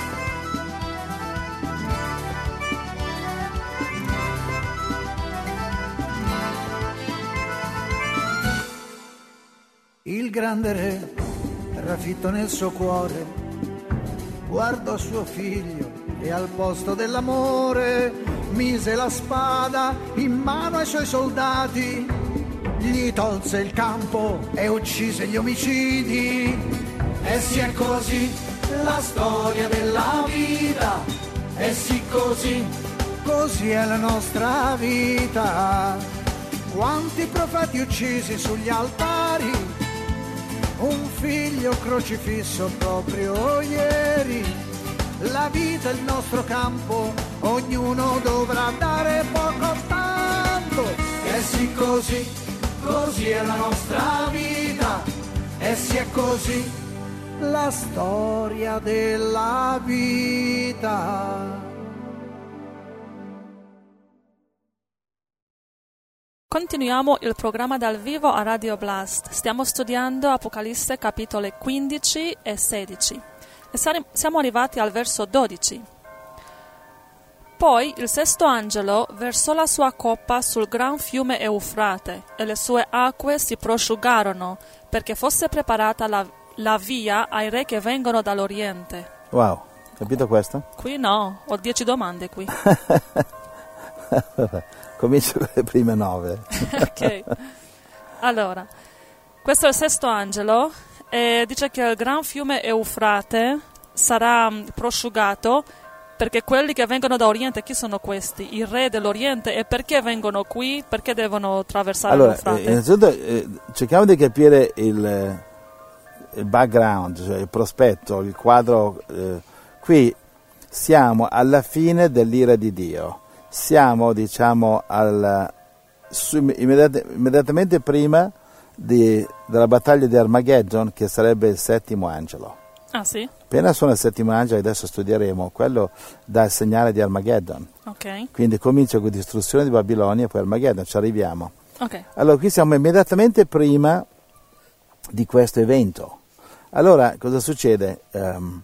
Il grande re, trafitto nel suo cuore, guardò suo figlio e al posto dell'amore mise la spada in mano ai suoi soldati, gli tolse il campo e uccise gli omicidi. E sì è così la storia della vita, e sì così, così è la nostra vita. Quanti profeti uccisi sugli altari, un figlio crocifisso proprio ieri. La vita è il nostro campo, ognuno dovrà dare poco tanto. E sì così, così è la nostra vita, e sì è così la storia della vita. Continuiamo il programma dal vivo a Radio Blast. Stiamo studiando Apocalisse capitoli quindici e sedici e siamo arrivati al verso dodici. Poi il sesto angelo versò la sua coppa sul gran fiume Eufrate, e le sue acque si prosciugarono, perché fosse preparata la, la via ai re che vengono dall'Oriente. Wow, capito questo? Qui no, ho dieci domande qui. Comincio con le prime nove. Ok. Allora, questo è il sesto angelo e dice che il gran fiume Eufrate sarà prosciugato, perché quelli che vengono da Oriente, chi sono questi? I re dell'Oriente. E perché vengono qui? Perché devono attraversare allora, l'Eufrate? Eh, innanzitutto eh, cerchiamo di capire il, il background, cioè il prospetto, il quadro. Eh, qui siamo alla fine dell'ira di Dio. Siamo, diciamo, al, su, immediat, immediatamente prima di, della battaglia di Armageddon, che sarebbe il settimo angelo. Ah sì? Appena suona il settimo angelo, adesso studieremo, quello dà il segnale di Armageddon. Ok. Quindi comincia con distruzione di Babilonia e poi Armageddon, ci arriviamo. Ok. Allora, qui siamo immediatamente prima di questo evento. Allora, cosa succede? Um,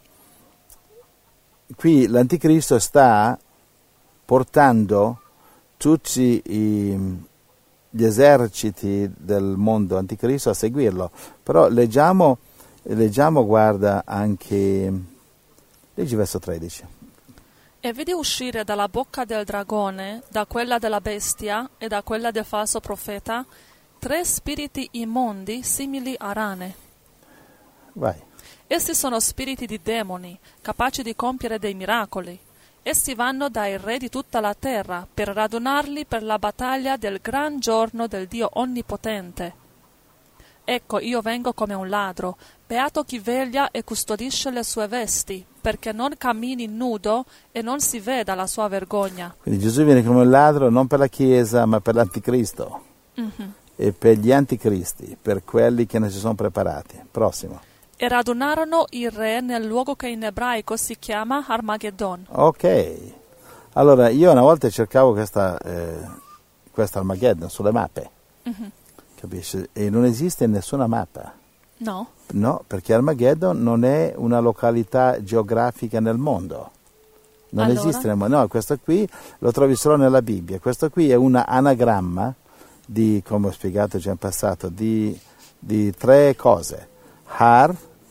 qui l'Anticristo sta portando tutti i, gli eserciti del mondo anticristo a seguirlo. Però leggiamo, leggiamo guarda, anche, leggi verso tredici. E vidi uscire dalla bocca del dragone, da quella della bestia e da quella del falso profeta, tre spiriti immondi simili a rane. Vai. Essi sono spiriti di demoni, capaci di compiere dei miracoli. Essi vanno dai re di tutta la terra per radunarli per la battaglia del gran giorno del Dio Onnipotente. Ecco, io vengo come un ladro, beato chi veglia e custodisce le sue vesti, perché non cammini nudo e non si veda la sua vergogna. Quindi Gesù viene come un ladro non per la Chiesa, ma per l'Anticristo. Mm-hmm. E per gli anticristi, per quelli che non si sono preparati. Prossimo. E radunarono i re nel luogo che in ebraico si chiama Armageddon. Ok, allora io una volta cercavo questa, eh, questa Armageddon sulle mappe, Mm-hmm. capisci? E non esiste nessuna mappa. No? No, perché Armageddon non è una località geografica nel mondo. Non Allora? esiste nel mondo. No, questo qui lo trovi solo nella Bibbia. Questo qui è un anagramma di, come ho spiegato già in passato, di, di tre cose. Har,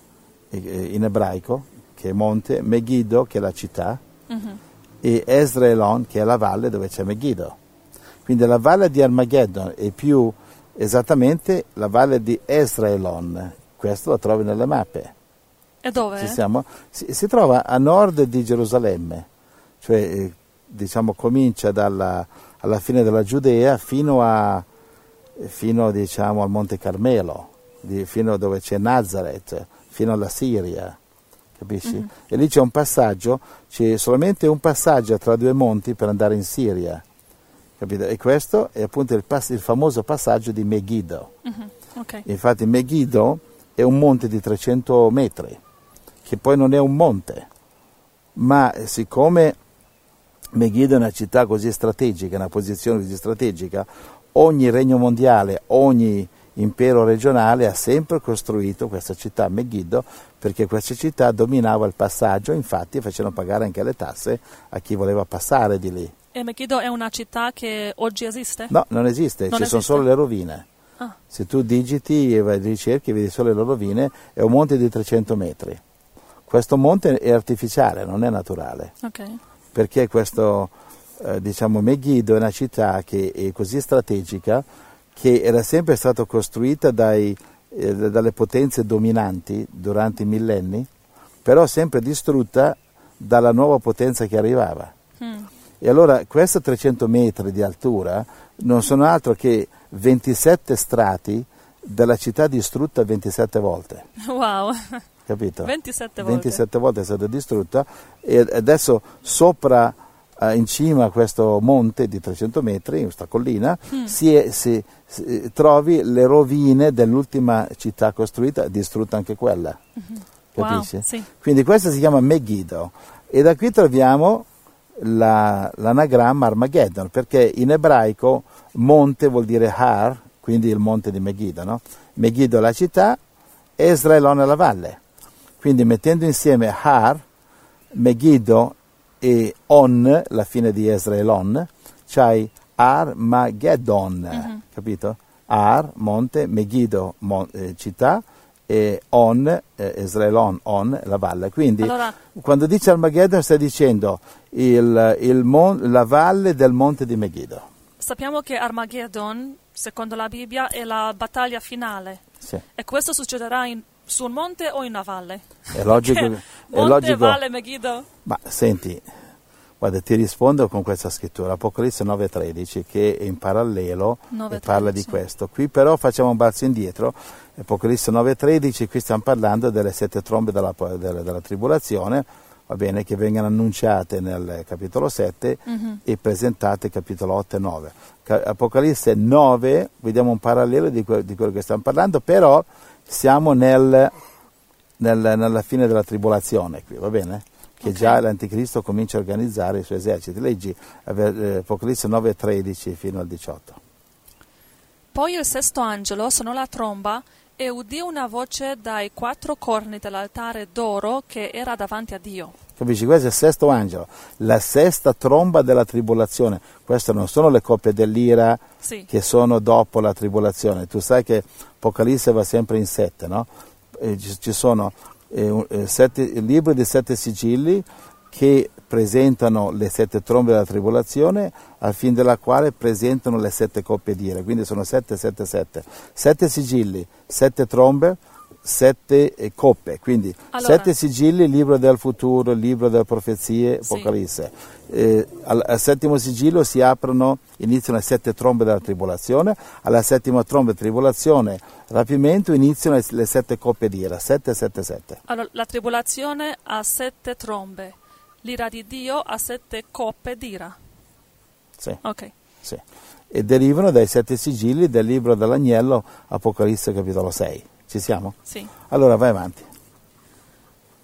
in ebraico, che è monte, Megiddo, che è la città, Mm-hmm. e Esdraelon, che è la valle dove c'è Megiddo. Quindi la valle di Armageddon è più esattamente la valle di Esdraelon. Questo lo trovi nelle mappe. E dove? Ci siamo? Si, si trova a nord di Gerusalemme, cioè eh, diciamo comincia dalla, alla fine della Giudea fino, a, fino diciamo, al Monte Carmelo, di, fino a dove c'è Nazareth, fino alla Siria, capisci? Mm-hmm. E lì c'è un passaggio, c'è solamente un passaggio tra due monti per andare in Siria, capito? E questo è appunto il, pass- il famoso passaggio di Megiddo. Mm-hmm. Okay. Infatti Megiddo è un monte di trecento metri, che poi non è un monte, ma siccome Megiddo è una città così strategica, una posizione così strategica, ogni regno mondiale, ogni impero regionale ha sempre costruito questa città Megiddo, perché questa città dominava il passaggio, infatti facevano pagare anche le tasse a chi voleva passare di lì. E Megiddo è una città che oggi esiste? No, non esiste, non ci esiste. sono solo le rovine. Ah. Se tu digiti e vai ricerchi, vedi solo le rovine, è un monte di trecento metri. Questo monte è artificiale, non è naturale, Okay. perché questo, eh, diciamo, Megiddo è una città che è così strategica che era sempre stata costruita dai, eh, dalle potenze dominanti durante i millenni, però sempre distrutta dalla nuova potenza che arrivava. Mm. E allora questi trecento metri di altura non sono altro che ventisette strati della città distrutta ventisette volte. Wow. Capito? ventisette volte. ventisette volte è stata distrutta e adesso sopra, eh, in cima a questo monte di trecento metri, in questa collina, Mm. si, è, si, si trovi le rovine dell'ultima città costruita, distrutta anche quella. Mm-hmm. Capisci? Wow, sì. Quindi questa si chiama Megiddo e da qui troviamo la, l'anagramma Armageddon, perché in ebraico monte vuol dire Har, quindi il monte di Megiddo, no? Megiddo è la città, Esdraelon è la valle. Quindi mettendo insieme Har, Megiddo e On, la fine di Esdraelon, c'hai Armageddon, Mm-hmm. capito? Ar, monte, Megiddo, mon- eh, città, e On, eh, Esdraelon, On, la valle. Quindi Allora- quando dice Armageddon sta dicendo il, il mon- la valle del monte di Megiddo. Sappiamo che Armageddon, secondo la Bibbia, è la battaglia finale. Sì. E questo succederà in, su un monte o in una valle? È logico, è Monte, logico. valle, Megiddo? Ma senti, guarda, ti rispondo con questa scrittura, Apocalisse nove tredici, che è in parallelo nove e parla di tredici. questo. Qui però facciamo un balzo indietro, Apocalisse nove tredici, qui stiamo parlando delle sette trombe della, della, della tribolazione, va bene, che vengono annunciate nel capitolo sette Mm-hmm. e presentate capitolo otto e nove. Ca- Apocalisse nove, vediamo un parallelo di, que- di quello che stiamo parlando, però siamo nel, nel, nella fine della tribolazione qui, va bene? Che Ok. già l'anticristo comincia a organizzare i suoi eserciti. Leggi eh, Apocalisse nove tredici fino al diciotto. Poi il sesto angelo suonò la tromba e udì una voce dai quattro corni dell'altare d'oro che era davanti a Dio. Capisci? Questo è il sesto angelo, la sesta tromba della tribolazione. Queste non sono le coppie dell'ira Sì. che sono dopo la tribolazione. Tu sai che Apocalisse va sempre in sette, no? Eh, ci, ci sono eh, un- eh, sette, libri di sette sigilli che presentano le sette trombe della tribolazione, al fin della quale presentano le sette coppie d'ira. Quindi sono sette, sette, sette. Sette sigilli, sette trombe, sette eh, coppe. Quindi Allora- sette sigilli, libro del futuro, libro delle profezie, Sì. Apocalisse. Eh, al, al settimo sigillo si aprono, iniziano le sette trombe della tribolazione, alla settima tromba della tribolazione, rapimento, iniziano le, le sette coppie d'ira, sette, sette, sette. Allora, la tribolazione ha sette trombe, l'ira di Dio ha sette coppe d'ira. Sì, Ok. sì. E derivano dai sette sigilli del libro dell'agnello, Apocalisse capitolo sei. Ci siamo? Sì. Allora vai avanti.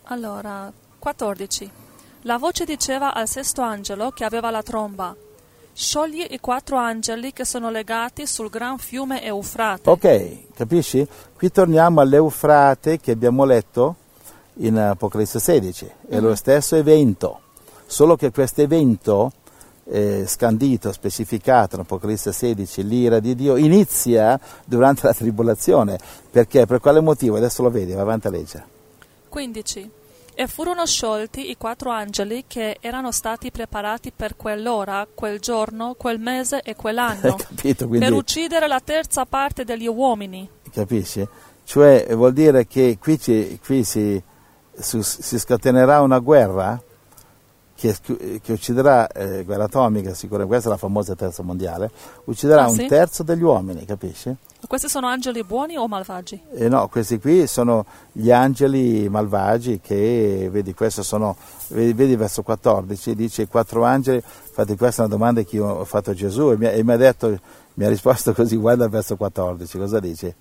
Allora, quattordici. La voce diceva al sesto angelo che aveva la tromba: sciogli i quattro angeli che sono legati sul gran fiume Eufrate. Ok, capisci? Qui torniamo all'Eufrate che abbiamo letto in Apocalisse sedici. È mm-hmm. lo stesso evento, solo che questo evento eh, scandito, specificato in Apocalisse sedici, l'ira di Dio, inizia durante la tribolazione. Perché? Per quale motivo? Adesso lo vedi, va avanti a leggere. quindici. E furono sciolti i quattro angeli che erano stati preparati per quell'ora, quel giorno, quel mese e quell'anno, Capito, quindi, per uccidere la terza parte degli uomini. Capisci? Cioè vuol dire che qui, ci, qui si, su, si scatenerà una guerra che, che ucciderà, eh, guerra atomica sicuramente, questa è la famosa terza mondiale, ucciderà ah, un sì? terzo degli uomini, capisci? Questi sono angeli buoni o malvagi? Eh no, questi qui sono gli angeli malvagi che, vedi, questo sono, vedi, vedi verso quattordici, dice i quattro angeli, infatti questa è una domanda che io ho fatto a Gesù e mi, e mi ha detto, mi ha risposto così, guarda il verso quattordici, cosa dice?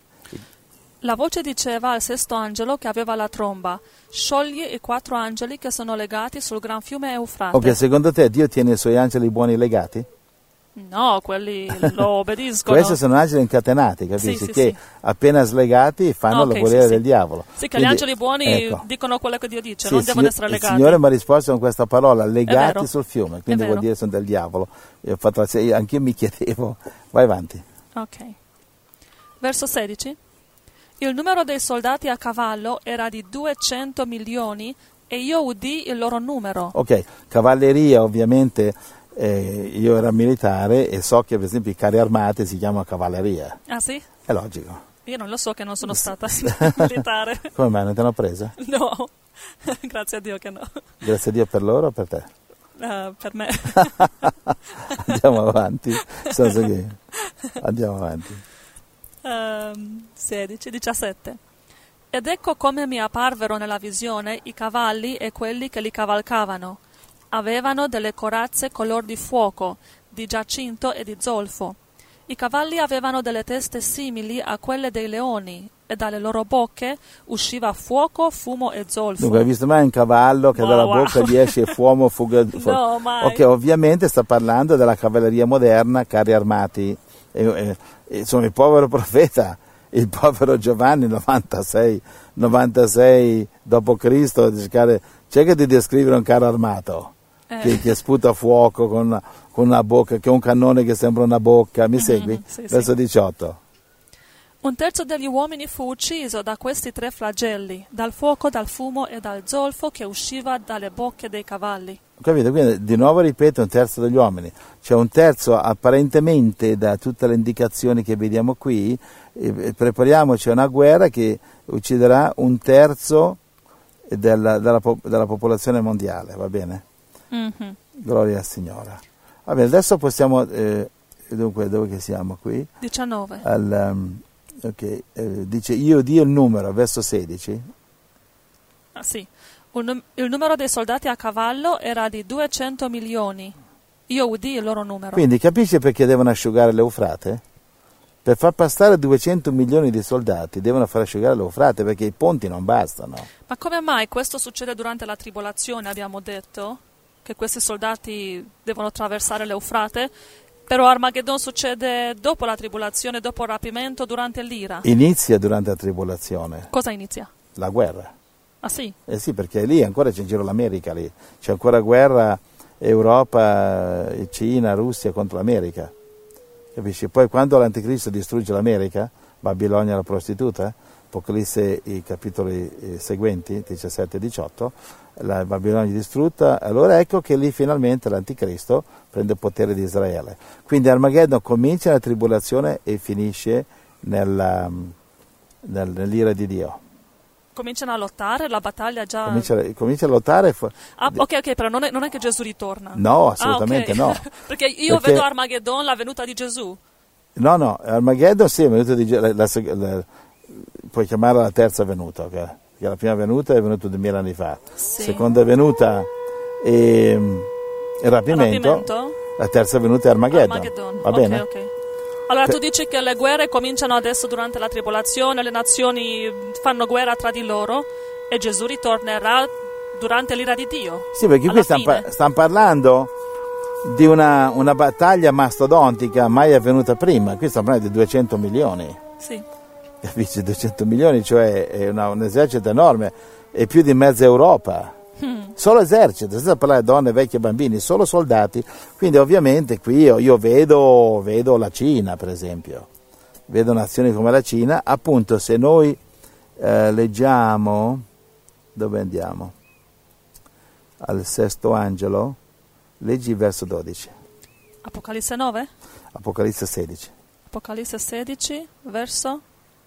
La voce diceva al sesto angelo che aveva la tromba: sciogli i quattro angeli che sono legati sul gran fiume Eufrate. Ok, secondo te Dio tiene i suoi angeli buoni legati? No, quelli lo obbediscono. Questi sono angeli incatenati, capisci? Sì, sì, che sì. appena slegati fanno okay, il volere sì, sì. del diavolo. Sì, che Quindi, gli angeli buoni ecco, dicono quello che Dio dice, sì, non devono signor, essere il legati. Signore mi ha risposto con questa parola, legati vero. sul fiume, È quindi vero. vuol dire sono del diavolo. Io ho fatto la, anche io mi chiedevo, vai avanti. Ok. Verso sedici. Il numero dei soldati a cavallo era di duecento milioni e io udì il loro numero. Ok, cavalleria ovviamente, eh, io ero militare e so che per esempio i carri armati si chiamano cavalleria. Ah sì? È logico. Io non lo so che non sono stata militare. Come mai, non te l'hanno presa? No, grazie a Dio che no. Grazie a Dio per loro o per te? Uh, per me. Andiamo avanti. So che... Andiamo avanti. Um, sedici, diciassette. Ed ecco come mi apparvero nella visione i cavalli e quelli che li cavalcavano. Avevano delle corazze color di fuoco, di giacinto e di zolfo. I cavalli avevano delle teste simili a quelle dei leoni, e dalle loro bocche usciva fuoco, fumo e zolfo. Dunque, hai visto mai un cavallo che oh, dalla wow. bocca gli esce fumo, fuga, fuoco? No, mai. Ok, ovviamente sta parlando della cavalleria moderna, carri armati. E, e, insomma, il povero profeta, il povero Giovanni, novantasei, novantasei dopo Cristo, cerca di descrivere un carro armato eh. che, che sputa fuoco con una, con una bocca, che è un cannone che sembra una bocca. Mi segui? Mm-hmm, sì, verso sì. diciotto. Un terzo degli uomini fu ucciso da questi tre flagelli, dal fuoco, dal fumo e dal zolfo che usciva dalle bocche dei cavalli. Capito? Quindi di nuovo ripeto, un terzo degli uomini, cioè un terzo apparentemente, da tutte le indicazioni che vediamo qui, eh, prepariamoci a una guerra che ucciderà un terzo della, della, della popolazione mondiale, va bene? Mm-hmm. Gloria al Signore. Va bene, adesso possiamo, eh, dunque dove che siamo qui? diciannove. Al, um, ok, eh, dice io Dio il numero, verso sedici. Ah sì. Il numero dei soldati a cavallo era di duecento milioni. Io udì il loro numero. Quindi capisci perché devono asciugare l'Eufrate? Per far passare duecento milioni di soldati devono far asciugare l'Eufrate, perché i ponti non bastano. Ma come mai questo succede durante la tribolazione, abbiamo detto? Che questi soldati devono attraversare l'Eufrate? Però Armageddon succede dopo la tribolazione, dopo il rapimento, durante l'ira. Inizia durante la tribolazione. Cosa inizia? La guerra. Ah sì? Eh sì, perché lì ancora c'è in giro l'America, lì c'è ancora guerra Europa, Cina, Russia contro l'America, capisci? Poi quando l'Anticristo distrugge l'America, Babilonia la prostituta, Apocalisse i capitoli seguenti, diciassette e diciotto, la Babilonia distrutta, allora ecco che lì finalmente l'Anticristo prende il potere di Israele. Quindi Armageddon comincia la tribolazione e finisce nella, nel, nell'ira di Dio. Cominciano a lottare, la battaglia già... Comincia, comincia a lottare... Ah, ok, ok, però non è, non è che Gesù ritorna. No, assolutamente ah, okay. no. Perché io Perché... vedo Armageddon, la venuta di Gesù. No, no, Armageddon sì, è venuta di Gesù, la, la, la, puoi chiamarla la terza venuta, okay? Perché la prima venuta è venuta duemila anni fa. Sì. Seconda venuta è il rapimento, rapimento, la terza venuta è Armageddon. Armageddon. Va okay, bene? Okay. Allora per... tu dici che le guerre cominciano adesso durante la tribolazione, le nazioni fanno guerra tra di loro E Gesù ritornerà durante l'ira di Dio. Sì, perché alla qui stanno, fine. par- stanno parlando di una, una battaglia mastodontica mai avvenuta prima. Qui stiamo parlando di duecento milioni. Sì. Capisci? duecento milioni, cioè è una- un esercito enorme, è più di mezza Europa. Mm. Solo esercito, senza parlare di donne, vecchi e bambini, solo soldati. Quindi ovviamente qui io, io vedo, vedo la Cina, per esempio. Vedo nazioni come la Cina. Appunto, se noi eh, leggiamo, dove andiamo? Al sesto angelo, leggi il verso dodici, Apocalisse nove? Apocalisse sedici, Apocalisse sedici, verso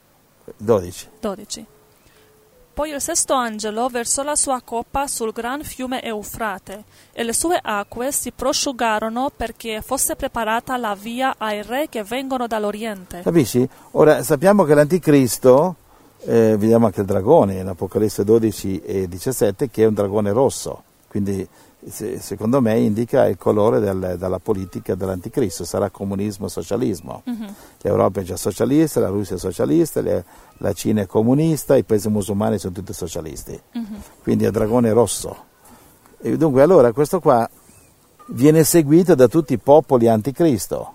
dodici. dodici. Poi il sesto angelo versò la sua coppa sul gran fiume Eufrate, e le sue acque si prosciugarono perché fosse preparata la via ai re che vengono dall'Oriente. Capisci? Ora sappiamo che l'anticristo, eh, vediamo anche il dragone in Apocalisse dodici e diciassette, che è un dragone rosso, quindi se, secondo me indica il colore del, della politica dell'anticristo, sarà comunismo, socialismo. Mm-hmm. L'Europa è già socialista, la Russia è socialista, le, la Cina è comunista, i paesi musulmani sono tutti socialisti, Mm-hmm. quindi è dragone rosso. E dunque allora questo qua viene seguito da tutti i popoli anticristo,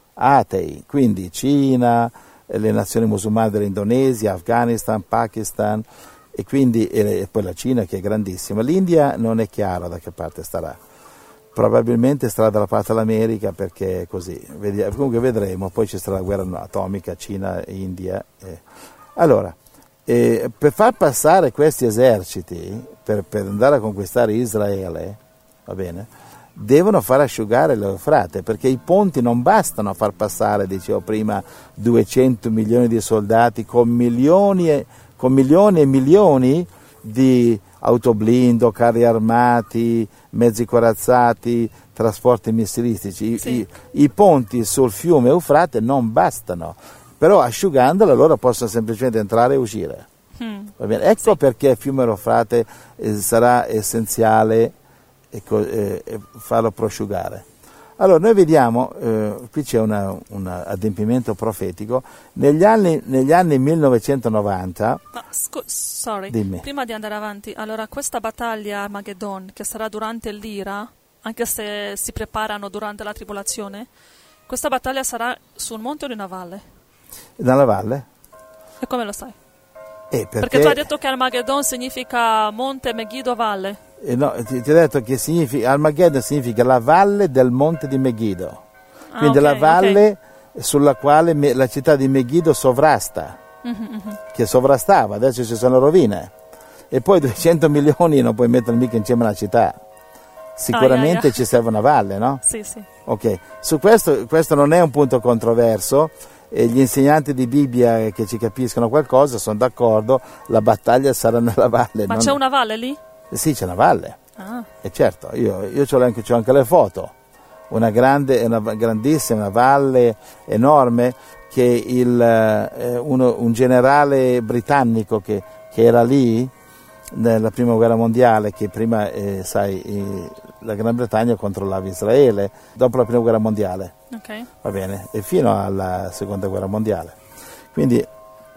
atei, quindi Cina, le nazioni musulmane dell'Indonesia, Afghanistan, Pakistan, e quindi e poi la Cina che è grandissima. L'India non è chiaro da che parte starà, probabilmente starà dalla parte dell'America, perché è così, Vedi- comunque vedremo. Poi ci sarà la guerra atomica Cina-India. eh. Allora, eh, per far passare questi eserciti, per, per andare a conquistare Israele, va bene, devono far asciugare l'Eufrate, perché i ponti non bastano a far passare, dicevo prima, duecento milioni di soldati con milioni e, con milioni e milioni di autoblindo, carri armati, mezzi corazzati, trasporti missilistici. I, Sì. i, i ponti sul fiume Eufrate non bastano, però asciugandolo loro possono semplicemente entrare e uscire. Mm. Va bene? Ecco sì. Perché il fiume Eufrate eh, sarà essenziale e, co- e, e farlo prosciugare. Allora noi vediamo, eh, qui c'è un adempimento profetico, negli anni, negli anni millenovecentonovanta. Ma scu- sorry, Dimmi. prima di andare avanti, allora questa battaglia Armageddon, che sarà durante l'ira, anche se si preparano durante la tribolazione, questa battaglia sarà su un monte o in una valle? Nella valle? E come lo sai? Eh, perché, Perché tu hai detto che Armageddon significa monte, Megiddo, valle. eh, no, ti, ti ho detto che significa, Armageddon significa la valle del monte di Megiddo, Ah, quindi ok, la valle ok. sulla quale me, la città di Megiddo sovrasta, Mhm, mhm. che sovrastava, adesso ci sono rovine, e poi duecento milioni non puoi mettere mica insieme alla città, sicuramente Ah, yeah, yeah. ci serve una valle, no? Sì, sì. Ok, su questo, questo non è un punto controverso, e gli insegnanti di Bibbia che ci capiscono qualcosa sono d'accordo, la battaglia sarà nella valle. Ma non- c'è una valle lì? Sì, c'è una valle, Ah, e certo, io, io c'ho anche, c'ho anche le foto, una grande, una grandissima una valle enorme che il, eh, uno, un generale britannico che, che era lì nella prima guerra mondiale, che prima, eh, sai, eh, la Gran Bretagna controllava Israele, dopo la prima guerra mondiale, ok. va bene, e fino alla seconda guerra mondiale. Quindi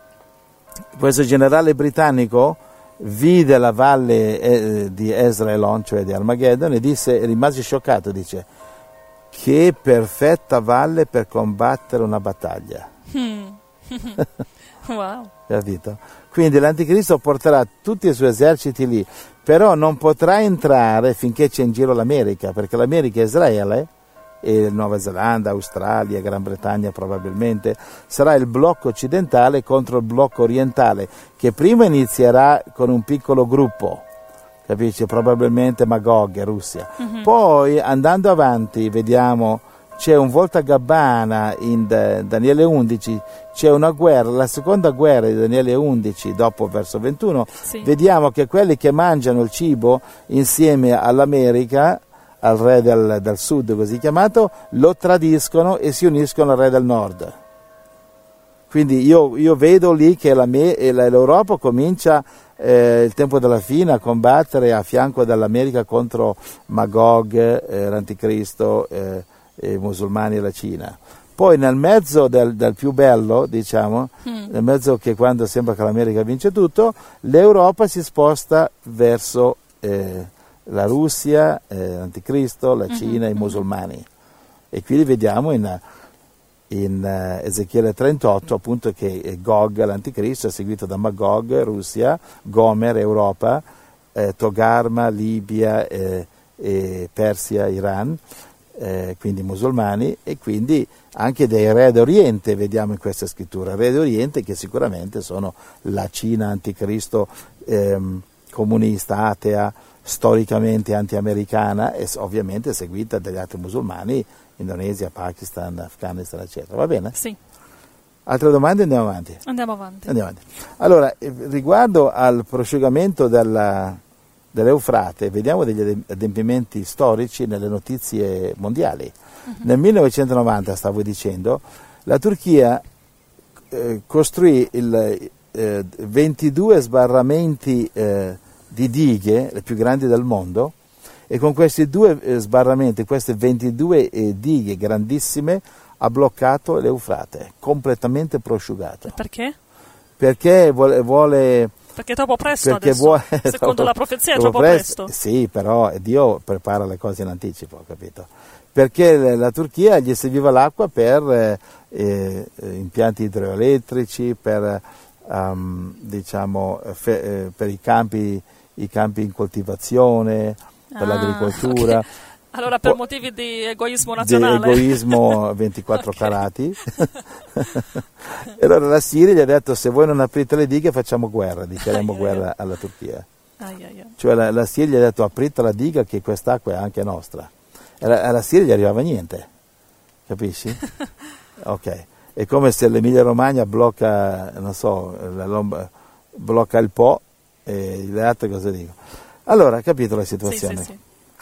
questo generale britannico vide la valle eh, di Esdraelon, cioè di Armageddon, e disse, rimase scioccato, dice, che perfetta valle per combattere una battaglia. Hmm. Wow. Capito? Quindi l'anticristo porterà tutti i suoi eserciti lì, però non potrà entrare finché c'è in giro l'America, perché l'America è Israele, e Nuova Zelanda, Australia, Gran Bretagna probabilmente, sarà il blocco occidentale contro il blocco orientale, che prima inizierà con un piccolo gruppo, capisci? Probabilmente Magog, Russia. Mhm. Poi andando avanti vediamo, c'è un volta gabbana in Da- Daniele undici, c'è una guerra, la seconda guerra di Daniele undici, dopo verso ventuno, Sì. vediamo che quelli che mangiano il cibo insieme all'America, al re del, del sud così chiamato, lo tradiscono e si uniscono al re del nord. Quindi io, io vedo lì che la me, e la- l'Europa comincia eh, il tempo della fine a combattere a fianco dell'America contro Magog, eh, l'anticristo, eh, i musulmani e la Cina. Poi nel mezzo del, del più bello, diciamo, Mm. nel mezzo che quando sembra che l'America vince tutto, l'Europa si sposta verso eh, la Russia, eh, l'Anticristo, la Cina, Mhm, i mhm. musulmani. E quindi vediamo in, in eh, Ezechiele trentotto appunto che Gog, l'Anticristo, è seguito da Magog, Russia, Gomer, Europa, eh, Togarma, Libia, eh, e Persia, Iran, eh, quindi musulmani, e quindi anche dei re d'Oriente vediamo in questa scrittura, re d'Oriente che sicuramente sono la Cina anticristo, ehm, comunista, atea, storicamente anti-americana e ovviamente seguita dagli altri musulmani, Indonesia, Pakistan, Afghanistan, eccetera. Va bene? Sì, Altre domande? Andiamo avanti. andiamo avanti. Andiamo avanti. Allora, eh, riguardo al prosciugamento della, dell'Eufrate, vediamo degli adempimenti storici nelle notizie mondiali. Mhm. Nel millenovecentonovanta, stavo dicendo, la Turchia eh, costruì il, eh, ventidue sbarramenti eh, di dighe, le più grandi del mondo, e con questi due eh, sbarramenti, queste ventidue eh, dighe grandissime, ha bloccato l'Eufrate, completamente prosciugato. Perché? Perché vuole... vuole Perché è troppo presto perché adesso. vuole, Secondo troppo- la profezia è troppo troppo presto. presto. Sì, però Dio prepara le cose in anticipo, capito? Perché la la Turchia gli serviva l'acqua per eh, eh, impianti idroelettrici, per, ehm, diciamo, fe- eh, per i campi, i campi in coltivazione, per Ah, l'agricoltura. ok. Allora per Po- motivi di egoismo di nazionale. egoismo ventiquattro Ok. carati. E allora la Siria gli ha detto: se voi non aprite le dighe facciamo guerra, dichiariamo Ai, ai, guerra alla Turchia. Ai, ai, ai. Cioè la, la Siria gli ha detto: aprite la diga che quest'acqua è anche nostra. E la- alla Siria gli arrivava niente, capisci? Ok, è come se l'Emilia Romagna blocca, non so, la Lomba- blocca il Po e le altre cosa dico. Allora, capito la Sì, situazione? sì, sì.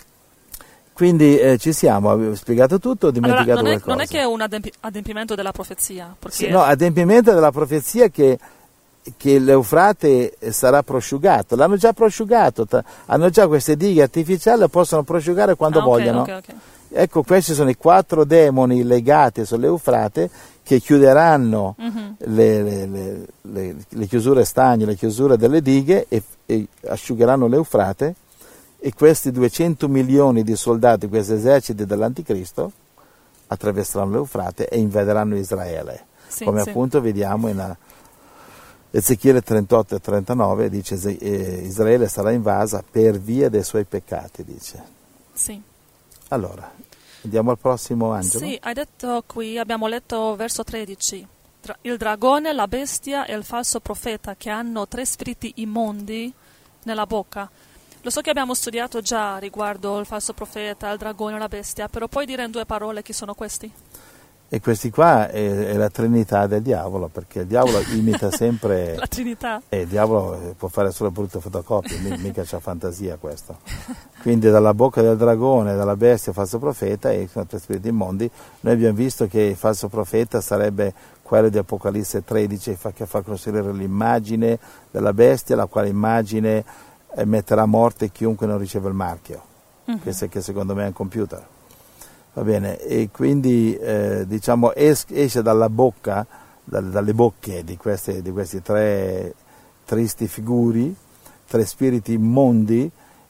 Quindi eh, ci siamo, avevo spiegato tutto, ho Allora, dimenticato non è, qualcosa. non è che è un adempi- adempimento della profezia, perché Sì, no, adempimento della profezia che, che l'Eufrate sarà prosciugato. L'hanno già prosciugato, ta- hanno già queste dighe artificiali, le possono prosciugare quando Ah, ok, vogliono. ok, ok. Ecco, questi sono i quattro demoni legati sull'Eufrate che chiuderanno Mhm. le, le- le- le- le chiusure stagni, le chiusure delle dighe e, e asciugheranno l'Eufrate, e questi duecento milioni di soldati, questi eserciti dell'Anticristo, attraverseranno l'Eufrate e invaderanno Israele. Sì, Come sì. appunto vediamo in eh, Ezechiele trentotto e trentanove, dice Ese- eh, Israele sarà invasa per via dei suoi peccati, dice. Sì. Allora, andiamo al prossimo angelo. Sì, hai detto qui, abbiamo letto verso tredici. Dra- il dragone, la bestia e il falso profeta che hanno tre spiriti immondi nella bocca. Lo so che abbiamo studiato già riguardo il falso profeta, il dragone e la bestia, però puoi dire in due parole chi sono questi? E questi qua è, è la trinità del diavolo, perché il diavolo imita sempre... La Trinità. E il diavolo può fare solo brutte fotocopie, mi- mica c'ha fantasia questo. Quindi dalla bocca del dragone, dalla bestia, il falso profeta e sono tre spiriti immondi. Noi abbiamo visto che il falso profeta sarebbe quello di Apocalisse tredici, fa- che fa costruire l'immagine della bestia, la quale immagine eh, metterà a morte chiunque non riceve il marchio. Mhm. Questo è che secondo me è un computer. Va bene, e quindi eh, diciamo es- esce dalla bocca, dal- dalle bocche di, queste, di questi tre tristi figuri, tre spiriti immondi,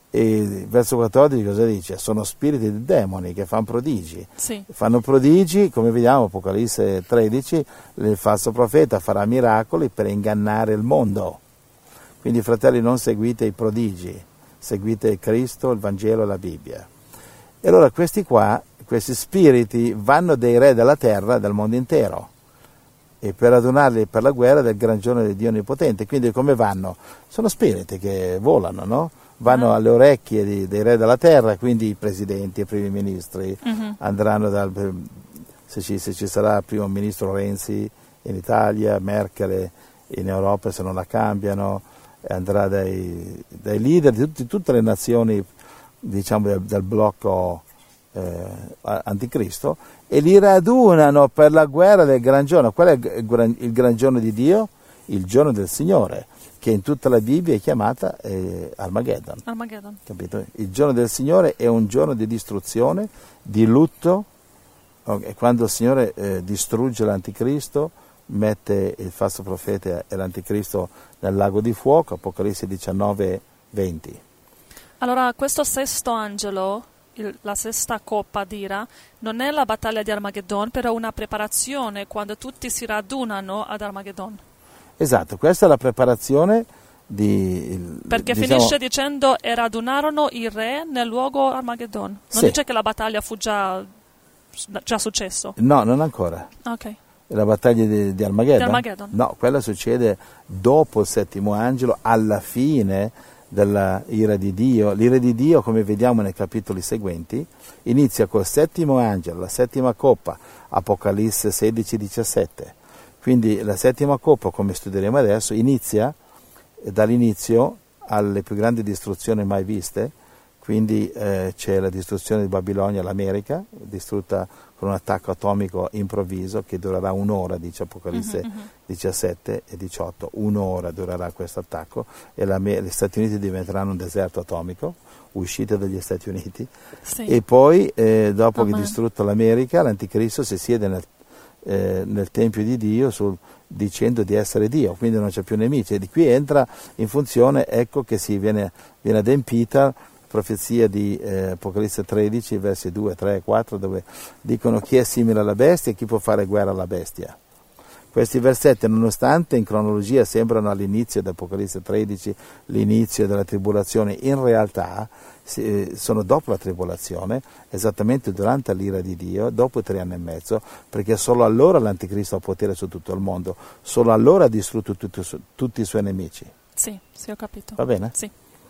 e verso quattordici cosa dice? Sono spiriti di demoni che fanno prodigi. Sì. Fanno prodigi, come vediamo Apocalisse tredici, il falso profeta farà miracoli per ingannare il mondo. Quindi fratelli, non seguite i prodigi, seguite Cristo, il Vangelo e la Bibbia. E allora questi qua, questi spiriti vanno dei re della terra, del mondo intero, e per adunarli per la guerra del gran giorno di Dio Onnipotente. Quindi come vanno? Sono spiriti che volano, no? Vanno Ah. alle orecchie di- dei re della terra, quindi i presidenti, i primi ministri Mhm. andranno dal, se ci, se ci sarà il primo ministro Renzi in Italia, Merkel in Europa se non la cambiano, andrà dai, dai leader di tutti- tutte le nazioni, diciamo, del, del blocco eh, anticristo, e li radunano per la guerra del gran giorno. Qual è il gran, il gran giorno di Dio? Il giorno del Signore, che in tutta la Bibbia è chiamata eh, Armageddon. Armageddon. Capito? Il giorno del Signore è un giorno di distruzione, di lutto, Okay. Quando il Signore eh, distrugge l'anticristo, mette il falso profeta e l'anticristo nel lago di fuoco, Apocalisse diciannove venti. Allora, questo sesto angelo, il, la sesta coppa d'ira, non è la battaglia di Armageddon, però una preparazione quando tutti si radunano ad Armageddon. Esatto, questa è la preparazione di... Il, Perché diciamo, finisce dicendo e radunarono i re nel luogo Armageddon. Non sì. dice che la battaglia fu già, già successo. No, non ancora. Ok. La battaglia di, di Armageddon? Di Armageddon. No, quella succede dopo il settimo angelo, alla fine della ira di Dio. L'ira di Dio, come vediamo nei capitoli seguenti, inizia col settimo angelo, la settima coppa, Apocalisse sedici diciassette. Quindi la settima coppa, come studieremo adesso, inizia dall'inizio alle più grandi distruzioni mai viste. Quindi eh, c'è la distruzione di Babilonia, l'America, distrutta con un attacco atomico improvviso che durerà un'ora, dice Apocalisse uh-huh, uh-huh. diciassette e diciotto. Un'ora durerà questo attacco e la, gli Stati Uniti diventeranno un deserto atomico, uscite dagli Stati Uniti. Sì. E poi, eh, dopo Amen. Che è distrutta l'America, l'Anticristo si siede nel, eh, nel Tempio di Dio sul, dicendo di essere Dio, quindi non c'è più nemici. E di qui entra in funzione, ecco che si viene, viene adempita profezia di eh, Apocalisse tredici, versi due, tre e quattro, dove dicono chi è simile alla bestia e chi può fare guerra alla bestia. Questi versetti, nonostante in cronologia sembrano all'inizio di Apocalisse tredici, l'inizio della tribolazione, in realtà eh, sono dopo la tribolazione, esattamente durante l'ira di Dio, dopo tre anni e mezzo, perché solo allora l'Anticristo ha potere su tutto il mondo, solo allora ha distrutto tutti, tutti i suoi nemici. Sì, sì, ho capito. Va bene? Sì.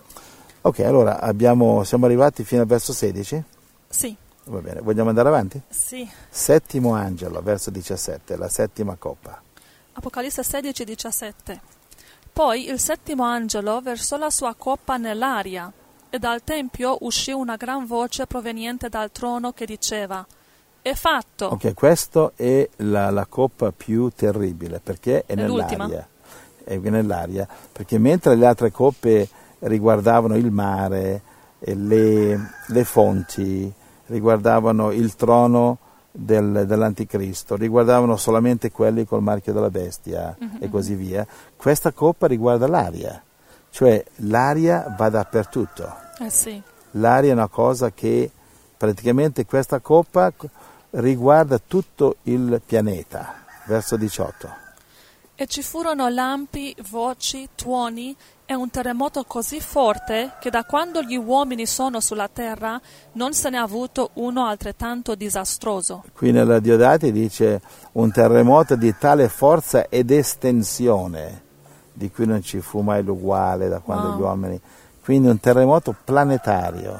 Ok, allora abbiamo, siamo arrivati fino al verso sedici? Sì. Va bene, vogliamo andare avanti? Sì. Settimo angelo, verso diciassette, la settima coppa. Apocalisse sedici diciassette. Poi il settimo angelo versò la sua coppa nell'aria, e dal tempio uscì una gran voce proveniente dal trono che diceva: è fatto. Ok, questa è la, la coppa più terribile, perché è, è nell'aria. L'ultima. È nell'aria, perché mentre le altre coppe riguardavano il mare, le, le fonti, riguardavano il trono del, dell'anticristo, riguardavano solamente quelli col marchio della bestia mm-hmm. e così via. Questa coppa riguarda l'aria, cioè l'aria va dappertutto. Eh sì. L'aria è una cosa che praticamente questa coppa riguarda tutto il pianeta. Verso diciotto. E ci furono lampi, voci, tuoni e un terremoto così forte che da quando gli uomini sono sulla terra non se n'è avuto uno altrettanto disastroso. Qui nella Diodati dice un terremoto di tale forza ed estensione di cui non ci fu mai l'uguale da quando wow. gli uomini... Quindi un terremoto planetario.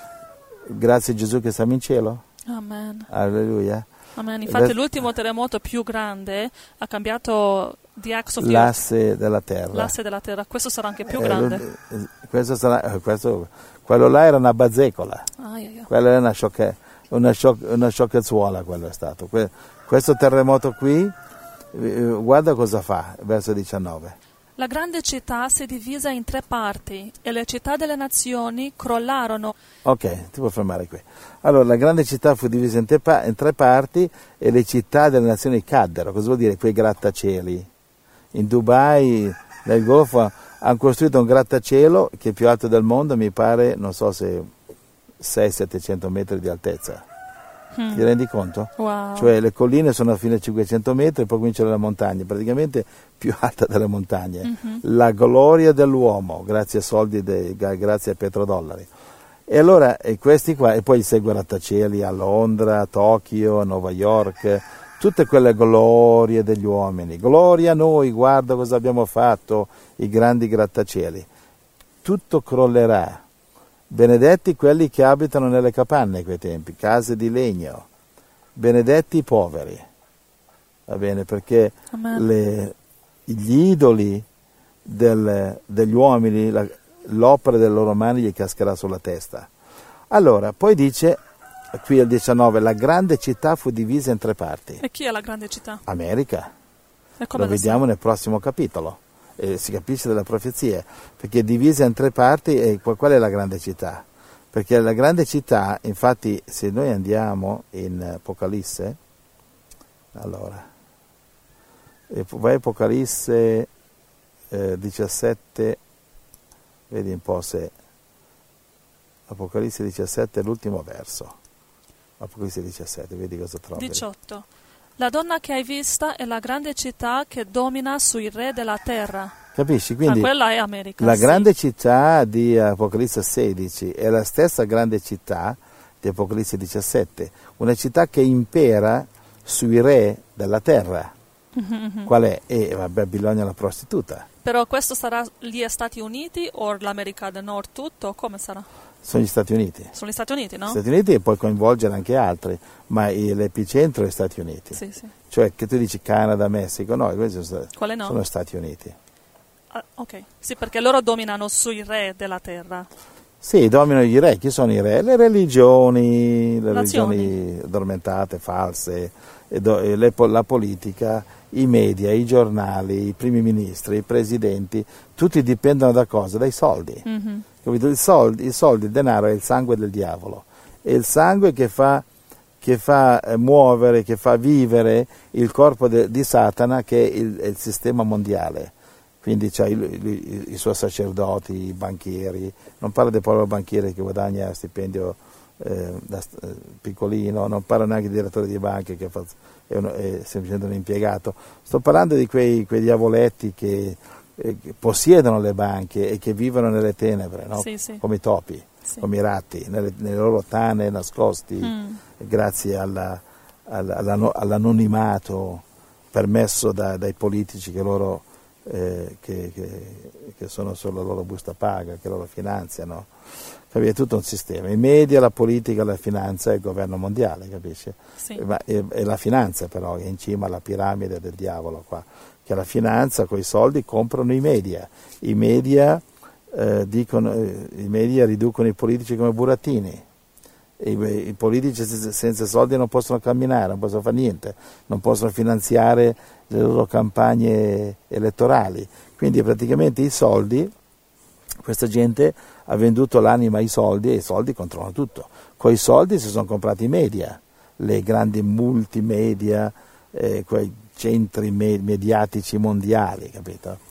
Grazie a Gesù che siamo in cielo. Amen. Alleluia. Amen. Infatti l'ultimo terremoto più grande ha cambiato the axe of the l'asse della terra. L'asse della terra. Questo sarà anche più eh, grande. Questo sarà, questo, quello là era una bazzecola. Ah, yeah, yeah. Quella è una, sciocche, una, sciocche, una sciocchezzuola, quello è stato. Que, questo terremoto qui, eh, guarda cosa fa, verso diciannove. La grande città si divise in tre parti e le città delle nazioni crollarono. Ok, ti puoi fermare qui. Allora, la grande città fu divisa in tre, pa- in tre parti e le città delle nazioni caddero. Cosa vuol dire? Quei grattacieli. In Dubai, nel Golfo, hanno costruito un grattacielo che è più alto del mondo, mi pare, non so se seicento settecento metri di altezza. Hmm. Ti rendi conto? Wow. Cioè le colline sono fino a cinquecento metri e poi cominciano le montagne, praticamente più alta delle montagne. Mm-hmm. La gloria dell'uomo, grazie ai soldi, dei, grazie ai petrodollari. E allora e questi qua, e poi segue grattacieli a Londra, a Tokyo, a New York, tutte quelle glorie degli uomini. Gloria a noi, guarda cosa abbiamo fatto, i grandi grattacieli. Tutto crollerà. Benedetti quelli che abitano nelle capanne a quei tempi, case di legno. Benedetti i poveri. Va bene, perché le, gli idoli del, degli uomini, la, l'opera delle loro mani gli cascherà sulla testa. Allora, poi dice, qui al diciannove, la grande città fu divisa in tre parti. E chi è la grande città? America. E come lo vediamo so? Nel prossimo capitolo. Eh, si capisce dalla profezia, perché è divisa in tre parti. E qual è la grande città? perché la grande città, infatti se noi andiamo in Apocalisse, allora, vai Apocalisse eh, diciassette, vedi un po' se Apocalisse diciassette è l'ultimo verso, Apocalisse diciassette, vedi cosa trovi. diciotto. La donna che hai vista è la grande città che domina sui re della terra. Capisci? Quindi ah, quella è America. la sì. grande città di Apocalisse sedici è la stessa grande città di Apocalisse diciassette, una città che impera sui re della terra. Mm-hmm. Qual è? E Babilonia la prostituta. Però questo sarà gli Stati Uniti o l'America del Nord tutto? Come sarà? Sono gli Stati Uniti. Sono gli Stati Uniti, no? Gli Stati Uniti e puoi coinvolgere anche altri, ma l'epicentro è gli Stati Uniti. Sì, sì. Cioè che tu dici Canada, Messico, no, questi sono stati, Quale no? sono gli Stati Uniti. Ah, ok, sì, perché loro dominano sui re della terra. Sì, dominano i re. Chi sono i re? Le religioni, le Nazioni. religioni addormentate, false, e do, e le, la politica, i media, i giornali, i primi ministri, i presidenti, tutti dipendono da cosa? Dai soldi. Mm-hmm. Capito? Il soldi, il soldi, il denaro è il sangue del diavolo. È il sangue che fa, che fa eh, muovere, che fa vivere il corpo de, di Satana, che è il, è il sistema mondiale. Quindi c'ha i, i, i suoi sacerdoti, i banchieri, non parlo del povero banchiere che guadagna stipendio eh, da, eh, piccolino, non parlo neanche di direttore di banche che fa, è, uno, è semplicemente un impiegato, sto parlando di quei, quei diavoletti che, eh, che possiedono le banche e che vivono nelle tenebre, no? Sì, sì. Come i topi, sì. Come i ratti, nelle, nelle loro tane nascosti, mm. grazie alla, alla, all'anonimato permesso da, dai politici che loro... Eh, che, che, che sono sulla loro busta paga, che loro finanziano, capisci? È tutto un sistema, i media, la politica, la finanza e il governo mondiale, capisci? Sì. Ma è, è la finanza però che è in cima alla piramide del diavolo qua, che la finanza con i soldi comprano i media, i media, eh, dicono, eh, i media riducono i politici come burattini. I, i politici senza, senza soldi non possono camminare, non possono fare niente, non possono finanziare le loro campagne elettorali, quindi praticamente i soldi, questa gente ha venduto l'anima ai soldi e i soldi controllano tutto. Con i soldi si sono comprati i media, le grandi multimedia, eh, quei centri me- mediatici mondiali, capito?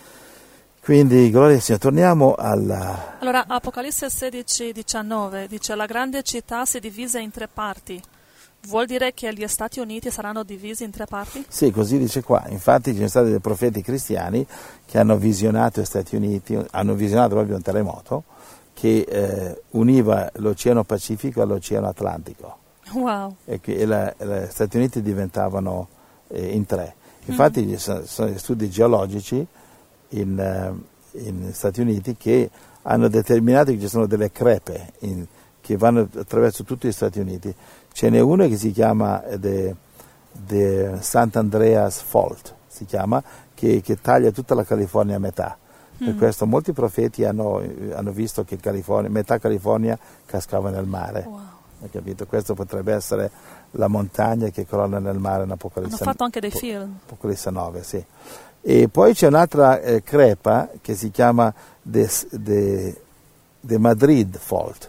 Quindi, gloria al Signore, torniamo alla... Allora, Apocalisse sedici diciannove dice la grande città si divise in tre parti. Vuol dire che gli Stati Uniti saranno divisi in tre parti? Sì, così dice qua. Infatti ci sono stati dei profeti cristiani che hanno visionato gli Stati Uniti, hanno visionato proprio un terremoto che eh, univa l'Oceano Pacifico all'Oceano Atlantico. Wow. E che gli Stati Uniti diventavano eh, in tre. Infatti mm. ci sono, sono studi geologici in, in Stati Uniti che hanno determinato che ci sono delle crepe in, che vanno attraverso tutti gli Stati Uniti. Ce n'è una che si chiama The, The Sant'Andreas Fault, si chiama, che, che taglia tutta la California a metà. Mm. Per questo molti profeti hanno, hanno visto che California, metà California cascava nel mare. Wow. Hai capito? Questo potrebbe essere la montagna che crolla nel mare in Apocalisse. Hanno fatto anche dei film. Apocalisse nove, sì. E poi c'è un'altra eh, crepa che si chiama The, The, The Madrid Fault.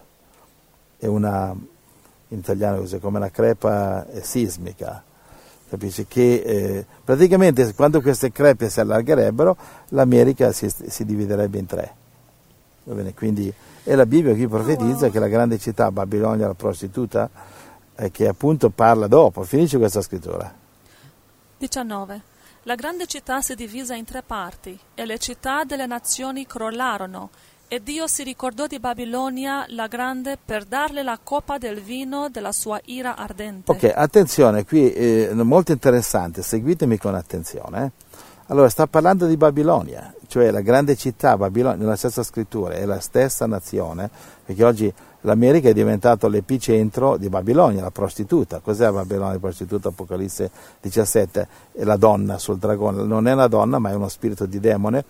È una, in italiano così, come una crepa eh, sismica, capisci? Che eh, praticamente quando queste crepe si allargherebbero l'America si, si dividerebbe in tre. Va bene? Quindi, e la Bibbia qui profetizza oh, wow. che la grande città Babilonia, la prostituta, eh, che appunto parla dopo, finisce questa scrittura. diciannove. La grande città si divise in tre parti e le città delle nazioni crollarono. E Dio si ricordò di Babilonia la grande per darle la coppa del vino della sua ira ardente. Ok, attenzione, qui è molto interessante, seguitemi con attenzione. Eh. Allora, sta parlando di Babilonia, cioè la grande città, Babilonia, nella stessa scrittura, è la stessa nazione, perché oggi l'America è diventato l'epicentro di Babilonia, la prostituta. Cos'è Babilonia, la prostituta? Apocalisse diciassette, è la donna sul dragone, non è una donna ma è uno spirito di demone.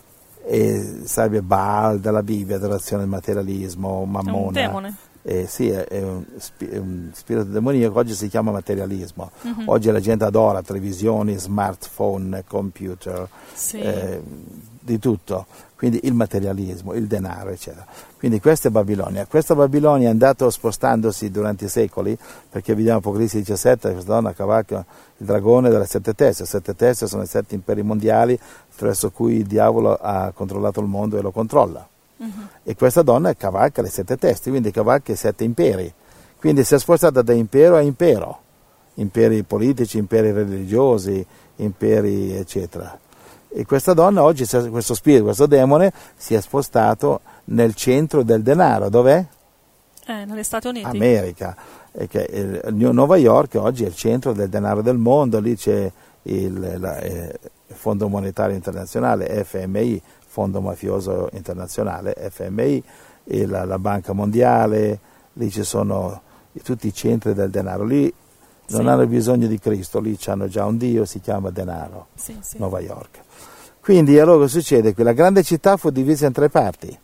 E sarebbe Baal della Bibbia, adorazione al materialismo, Mammona. È un demone. Eh, sì, è, è, un, è un spirito demoniaco, oggi si chiama materialismo. Mm-hmm. Oggi la gente adora televisioni, smartphone, computer, sì. eh, di tutto, quindi il materialismo, il denaro, eccetera. Quindi questa è Babilonia. Questa Babilonia è andata spostandosi durante i secoli, perché vediamo Apocalisse diciassette, questa donna cavalca il dragone delle sette teste. Sette teste sono i sette imperi mondiali attraverso cui il diavolo ha controllato il mondo e lo controlla. Uh-huh. E questa donna cavalca le sette teste, quindi cavalca i sette imperi. Quindi si è spostata da impero a impero, imperi politici, imperi religiosi, imperi eccetera. E questa donna oggi, questo spirito, questo demone, si è spostato nel centro del denaro. Dov'è? Eh, negli Stati Uniti. America. E che il Nuova York oggi è il centro del denaro del mondo, lì c'è il, la, eh, il Fondo Monetario Internazionale, F M I, Fondo Mafioso Internazionale, F M I, e la, la Banca Mondiale, lì ci sono tutti i centri del denaro. Lì non sì. hanno bisogno di Cristo, lì hanno già un Dio, si chiama denaro, sì, sì. Nuova York. Quindi allora cosa succede? Che la grande città fu divisa in tre parti.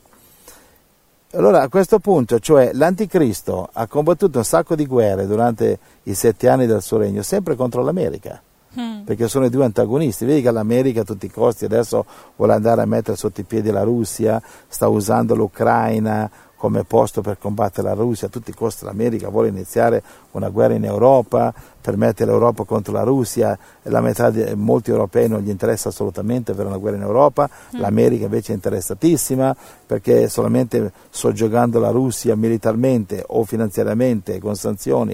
Allora a questo punto, cioè l'anticristo ha combattuto un sacco di guerre durante i sette anni del suo regno, sempre contro l'America, mm. perché sono i due antagonisti. Vedi che l'America a tutti i costi adesso vuole andare a mettere sotto i piedi la Russia, sta usando l'Ucraina come posto per combattere la Russia, a tutti i costi l'America vuole iniziare una guerra in Europa per mettere l'Europa contro la Russia, la metà di molti europei non gli interessa assolutamente avere una guerra in Europa, mm. l'America invece è interessatissima perché solamente soggiogando la Russia militarmente o finanziariamente con sanzioni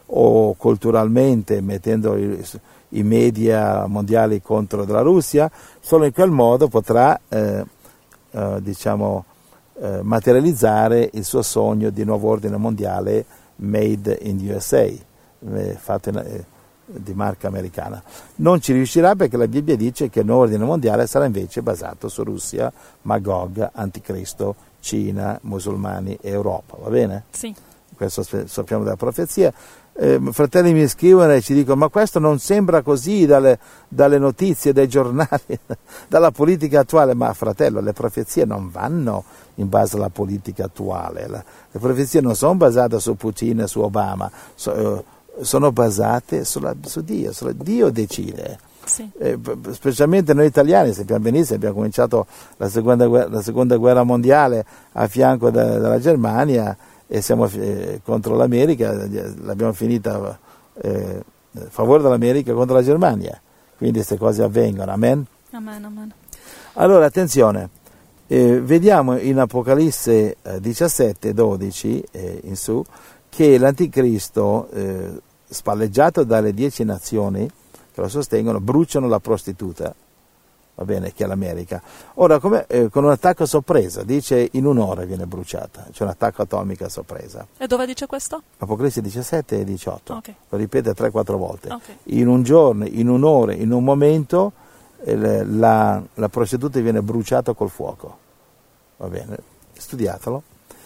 o culturalmente mettendo i, i media mondiali contro la Russia, solo in quel modo potrà eh, eh, diciamo Eh, materializzare il suo sogno di nuovo ordine mondiale made in U S A, eh, fatto in, eh, di marca americana. Non ci riuscirà perché la Bibbia dice che il nuovo ordine mondiale sarà invece basato su Russia, Magog, Anticristo, Cina, musulmani e Europa, va bene? Sì. Questo sappiamo dalla profezia. Eh, fratelli mi scrivono e ci dicono ma questo non sembra così dalle, dalle notizie, dai giornali, dalla politica attuale. Ma fratello, le profezie non vanno in base alla politica attuale, la, le profezie non sono basate su Putin e su Obama, so, eh, sono basate sulla, su Dio, su Dio decide. Sì. Eh, specialmente noi italiani sappiamo benissimo, abbiamo cominciato la seconda, la seconda guerra mondiale a fianco de, della Germania e siamo eh, contro l'America, l'abbiamo finita eh, a favore dell'America contro la Germania, quindi queste cose avvengono, amen? Amen, amen. Allora attenzione, eh, vediamo in Apocalisse eh, diciassette dodici eh, in su che l'Anticristo, eh, spalleggiato dalle dieci nazioni che lo sostengono, bruciano la prostituta, va bene, che è l'America. Ora, come, eh, con un attacco a sorpresa, dice in un'ora viene bruciata, c'è un attacco atomico a sorpresa. E dove dice questo? Apocalisse diciassette e diciotto, okay. Lo ripete tre quattro volte. Okay. In un giorno, in un'ora, in un momento, eh, la, la prostituta viene bruciata col fuoco, va bene, studiatelo.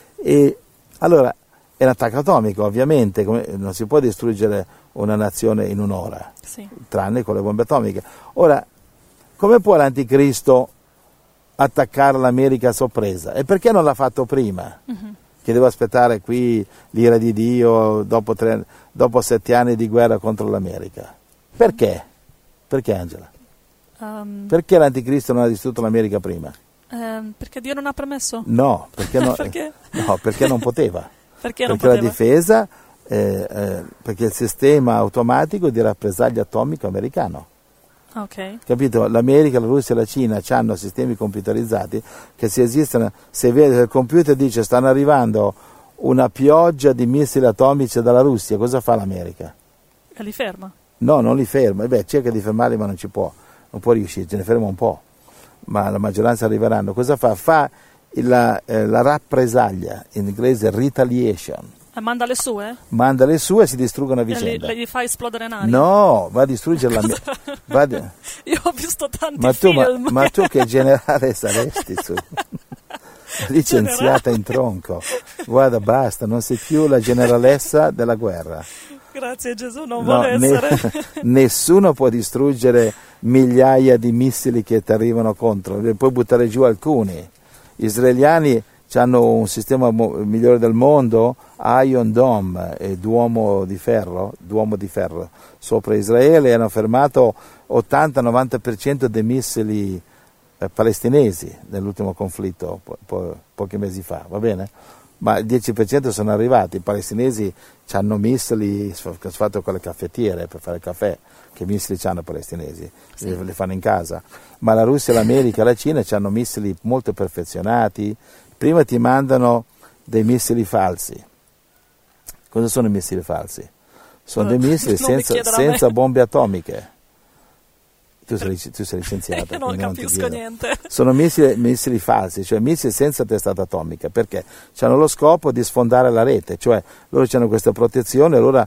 E allora, è un attacco atomico, ovviamente, come, non si può distruggere una nazione in un'ora, sì. tranne con le bombe atomiche. Ora, come può l'Anticristo attaccare l'America a sorpresa? E perché non l'ha fatto prima? Uh-huh. Che devo aspettare qui l'ira di Dio dopo, tre, dopo sette anni di guerra contro l'America? Perché? Perché Angela? Um, perché l'Anticristo non ha distrutto l'America prima? Um, perché Dio non ha permesso? No, perché, no, perché? no, perché non poteva. Perché, non perché poteva? la difesa, eh, eh, perché il sistema automatico di rappresaglia atomico americano. Okay. Capito? L'America, la Russia e la Cina hanno sistemi computerizzati che se esistono, se vede che il computer dice stanno arrivando una pioggia di missili atomici dalla Russia, cosa fa l'America? E li ferma? No, non li ferma, beh, cerca di fermarli ma non ci può, non può riuscire, ce ne ferma un po', ma la maggioranza arriveranno. Cosa fa? Fa la, eh, la rappresaglia, in inglese retaliation. E manda le sue? Manda le sue e si distruggono a vicenda. E li, li fa esplodere in aria? No, va a distruggere la... Va di... Io ho visto tanti ma tu, film. Ma, ma tu che generale saresti su? Licenziata in tronco. Guarda, basta, non sei più la generalessa della guerra. Grazie Gesù, non no, vuole ne, essere. Nessuno può distruggere migliaia di missili che ti arrivano contro, ne puoi buttare giù alcuni. Gli israeliani hanno un sistema mo- migliore del mondo, Iron Dome, e Duomo di ferro, Duomo di ferro sopra Israele, e hanno fermato ottanta novanta per cento dei missili eh, palestinesi nell'ultimo conflitto po- po- pochi mesi fa, va bene? Ma il dieci per cento sono arrivati, i palestinesi hanno missili che hanno fatto con le caffettiere per fare il caffè, che missili hanno i palestinesi, sì. li, li fanno in casa, ma la Russia, l'America, la Cina hanno missili molto perfezionati, prima ti mandano dei missili falsi. Cosa sono i missili falsi? Sono dei missili senza, senza bombe atomiche. Tu sei, tu sei licenziata. Io non capisco non niente. Sono missili, missili falsi, cioè missili senza testata atomica, perché hanno lo scopo di sfondare la rete, cioè loro hanno questa protezione, allora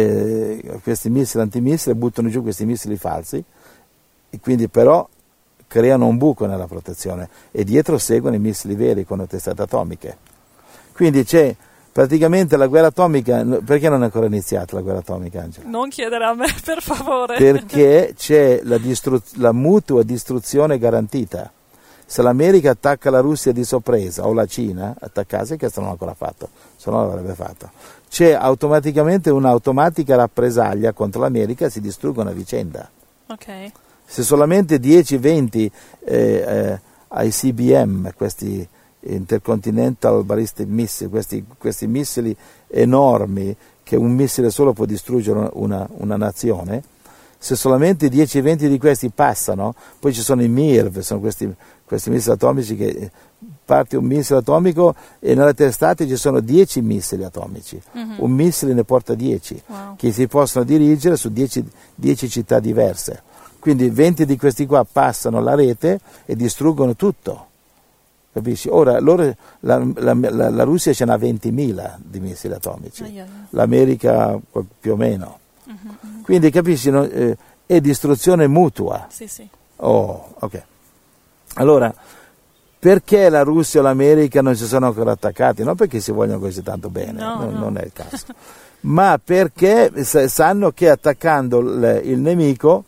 eh, questi missili antimissili buttano giù questi missili falsi, e quindi però creano un buco nella protezione, e dietro seguono i missili veri con le testate atomiche. Quindi c'è praticamente la guerra atomica. Perché non è ancora iniziata la guerra atomica, Angela? Non chiedere a me, per favore. Perché c'è la, distru- la mutua distruzione garantita. Se l'America attacca la Russia di sorpresa, o la Cina attaccasse, che questo non l'ha ancora fatto, se no l'avrebbe fatto, c'è automaticamente un'automatica rappresaglia contro l'America e si distruggono a vicenda. Ok. Se solamente dieci venti eh, eh, I C B M, questi Intercontinental Ballistic Missile, questi, questi missili enormi che un missile solo può distruggere una, una nazione, se solamente dieci venti di questi passano, poi ci sono i M I R V, sono questi, questi missili atomici che parte un missile atomico e nelle testate ci sono dieci missili atomici, mm-hmm. un missile ne porta dieci, wow. che si possono dirigere su dieci città diverse, quindi venti di questi qua passano la rete e distruggono tutto. Capisci? Ora, loro, la, la, la, la Russia ce n'ha ventimila di missili atomici, ai, ai. L'America più o meno. Uh-huh. Quindi, capisci, no? eh, è distruzione mutua. Sì, sì. Oh, ok. Allora, perché la Russia e l'America non si sono ancora attaccati? Non perché si vogliono così tanto bene, no, non, no. non è il caso, ma perché sanno che attaccando il, il nemico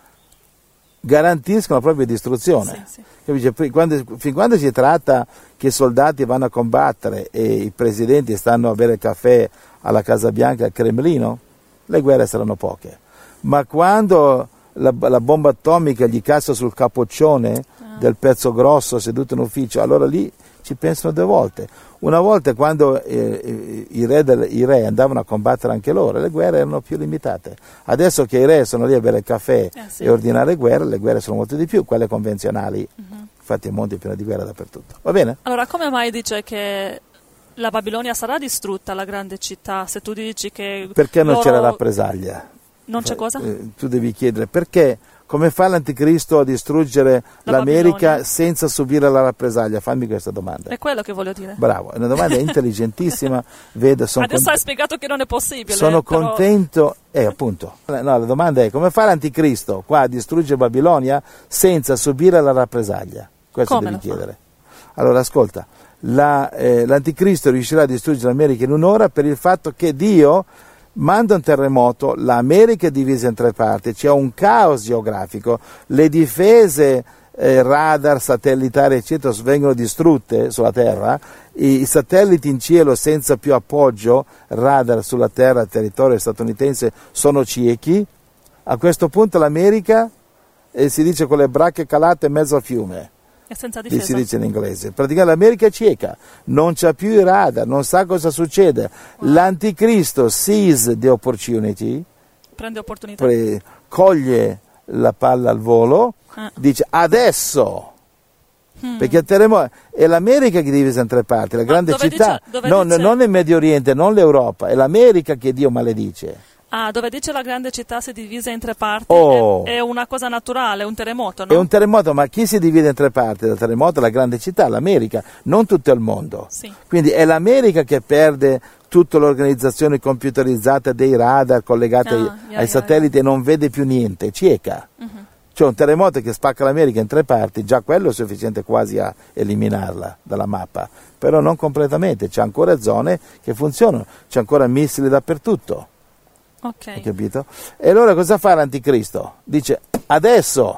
garantiscono la propria distruzione. Sì, sì. Capisci? Quando, fin quando si tratta che i soldati vanno a combattere e i presidenti stanno a bere caffè alla Casa Bianca, al Cremlino, le guerre saranno poche. Ma quando la, la bomba atomica gli cassa sul capoccione ah. del pezzo grosso seduto in ufficio, allora lì ci pensano due volte. Una volta quando eh, i, re del, i re andavano a combattere anche loro, le guerre erano più limitate. Adesso che i re sono lì a bere il caffè eh, sì. e ordinare guerre, le guerre sono molto di più, quelle convenzionali. Uh-huh. Infatti il mondo è pieno di guerra dappertutto. Va bene? Allora, come mai dice che la Babilonia sarà distrutta, la grande città, se tu dici che perché non loro... c'è la rappresaglia? Non c'è cosa? Eh, tu devi chiedere perché. Come fa l'anticristo a distruggere la l'America Babilonia senza subire la rappresaglia? Fammi questa domanda. È quello che voglio dire. Bravo, è una domanda intelligentissima. Vedo, sono Adesso cont- hai spiegato che non è possibile. Sono però... contento. Eh, appunto. No, la domanda è come fa l'anticristo qua a distruggere Babilonia senza subire la rappresaglia? Questo come devi chiedere. Fa? Allora, ascolta, la, eh, l'anticristo riuscirà a distruggere l'America in un'ora per il fatto che Dio manda un terremoto, l'America è divisa in tre parti, c'è un caos geografico, le difese eh, radar, satellitari eccetera vengono distrutte sulla Terra, i, i satelliti in cielo senza più appoggio, radar sulla Terra, territorio statunitense, sono ciechi. A questo punto l'America eh, si dice con le braccia calate in mezzo al fiume. È senza difesa. Si dice in inglese. Praticamente l'America è cieca, non c'ha più i radar, non sa cosa succede. Wow. L'anticristo seize the opportunity, prende opportunità, pre- coglie la palla al volo, ah. dice adesso, hmm. perché il terremoto è l'America che è divisa in tre parti, la Ma grande città, dice, non, dice... non il Medio Oriente, non l'Europa, è l'America che Dio maledice. Ah, dove dice la grande città si divisa in tre parti, oh. è, è una cosa naturale, è un terremoto, no? È un terremoto, ma chi si divide in tre parti? Il terremoto è la grande città, l'America, non tutto il mondo. Sì. Quindi è l'America che perde tutta l'organizzazione computerizzata dei radar collegati ah, ai, yeah, ai yeah, satelliti yeah. e non vede più niente, è cieca. Uh-huh. C'è un terremoto che spacca l'America in tre parti, già quello è sufficiente quasi a eliminarla dalla mappa, però non completamente, c'è ancora zone che funzionano, c'è ancora missili dappertutto. Okay. Hai capito? E allora cosa fa l'anticristo? Dice adesso,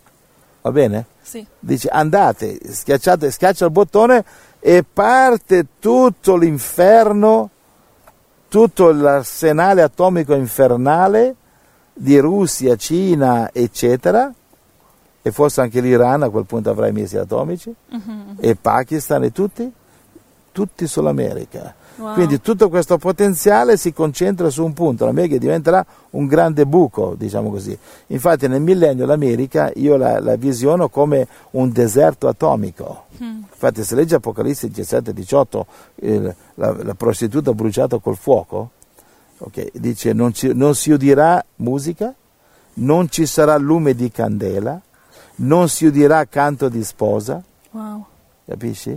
va bene? Sì. Dice andate, schiacciate, schiaccia il bottone e parte tutto l'inferno, tutto l'arsenale atomico infernale di Russia, Cina, eccetera, e forse anche l'Iran a quel punto avrà i missili atomici, mm-hmm. e Pakistan e tutti, tutti sull'America. Wow. Quindi tutto questo potenziale si concentra su un punto, l'America diventerà un grande buco, diciamo così. Infatti nel millennio l'America io la, la visiono come un deserto atomico. Mm. Infatti se legge Apocalisse diciassette diciotto, eh, la, la prostituta bruciata col fuoco, okay, dice non, ci, non si udirà musica, non ci sarà lume di candela, non si udirà canto di sposa, Wow. capisci?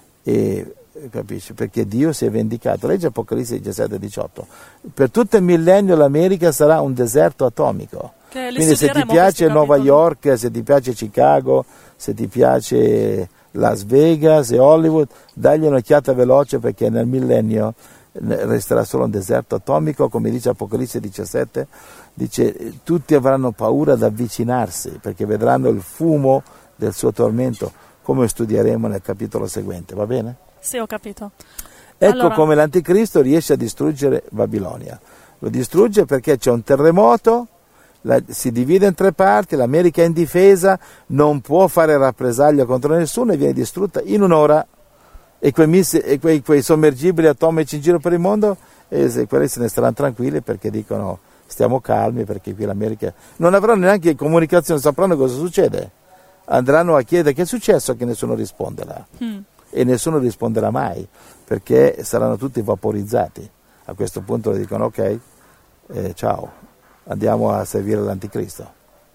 E capisci? Perché Dio si è vendicato. Legge Apocalisse diciassette diciotto. Per tutto il millennio l'America sarà un deserto atomico. Che li Quindi se ti studieremo piace questi Nuova capitoli. York, se ti piace Chicago, se ti piace Las Vegas e Hollywood, dagli un'occhiata veloce, perché nel millennio resterà solo un deserto atomico, come dice Apocalisse diciassette, dice tutti avranno paura ad avvicinarsi perché vedranno il fumo del suo tormento, come studieremo nel capitolo seguente, va bene? Sì, ho capito. Ecco Allora- come l'anticristo riesce a distruggere Babilonia. Lo distrugge perché c'è un terremoto, la- si divide in tre parti, l'America è in difesa, non può fare rappresaglia contro nessuno e viene distrutta in un'ora. E quei, missi- e quei, quei sommergibili atomici in giro per il mondo, e se- quelli se ne staranno tranquilli perché dicono stiamo calmi, perché qui l'America non avranno neanche comunicazione, sapranno cosa succede. Andranno a chiedere che è successo, che nessuno risponderà. Mm. E nessuno risponderà mai, perché saranno tutti vaporizzati. A questo punto dicono ok, eh, ciao, andiamo a servire l'anticristo.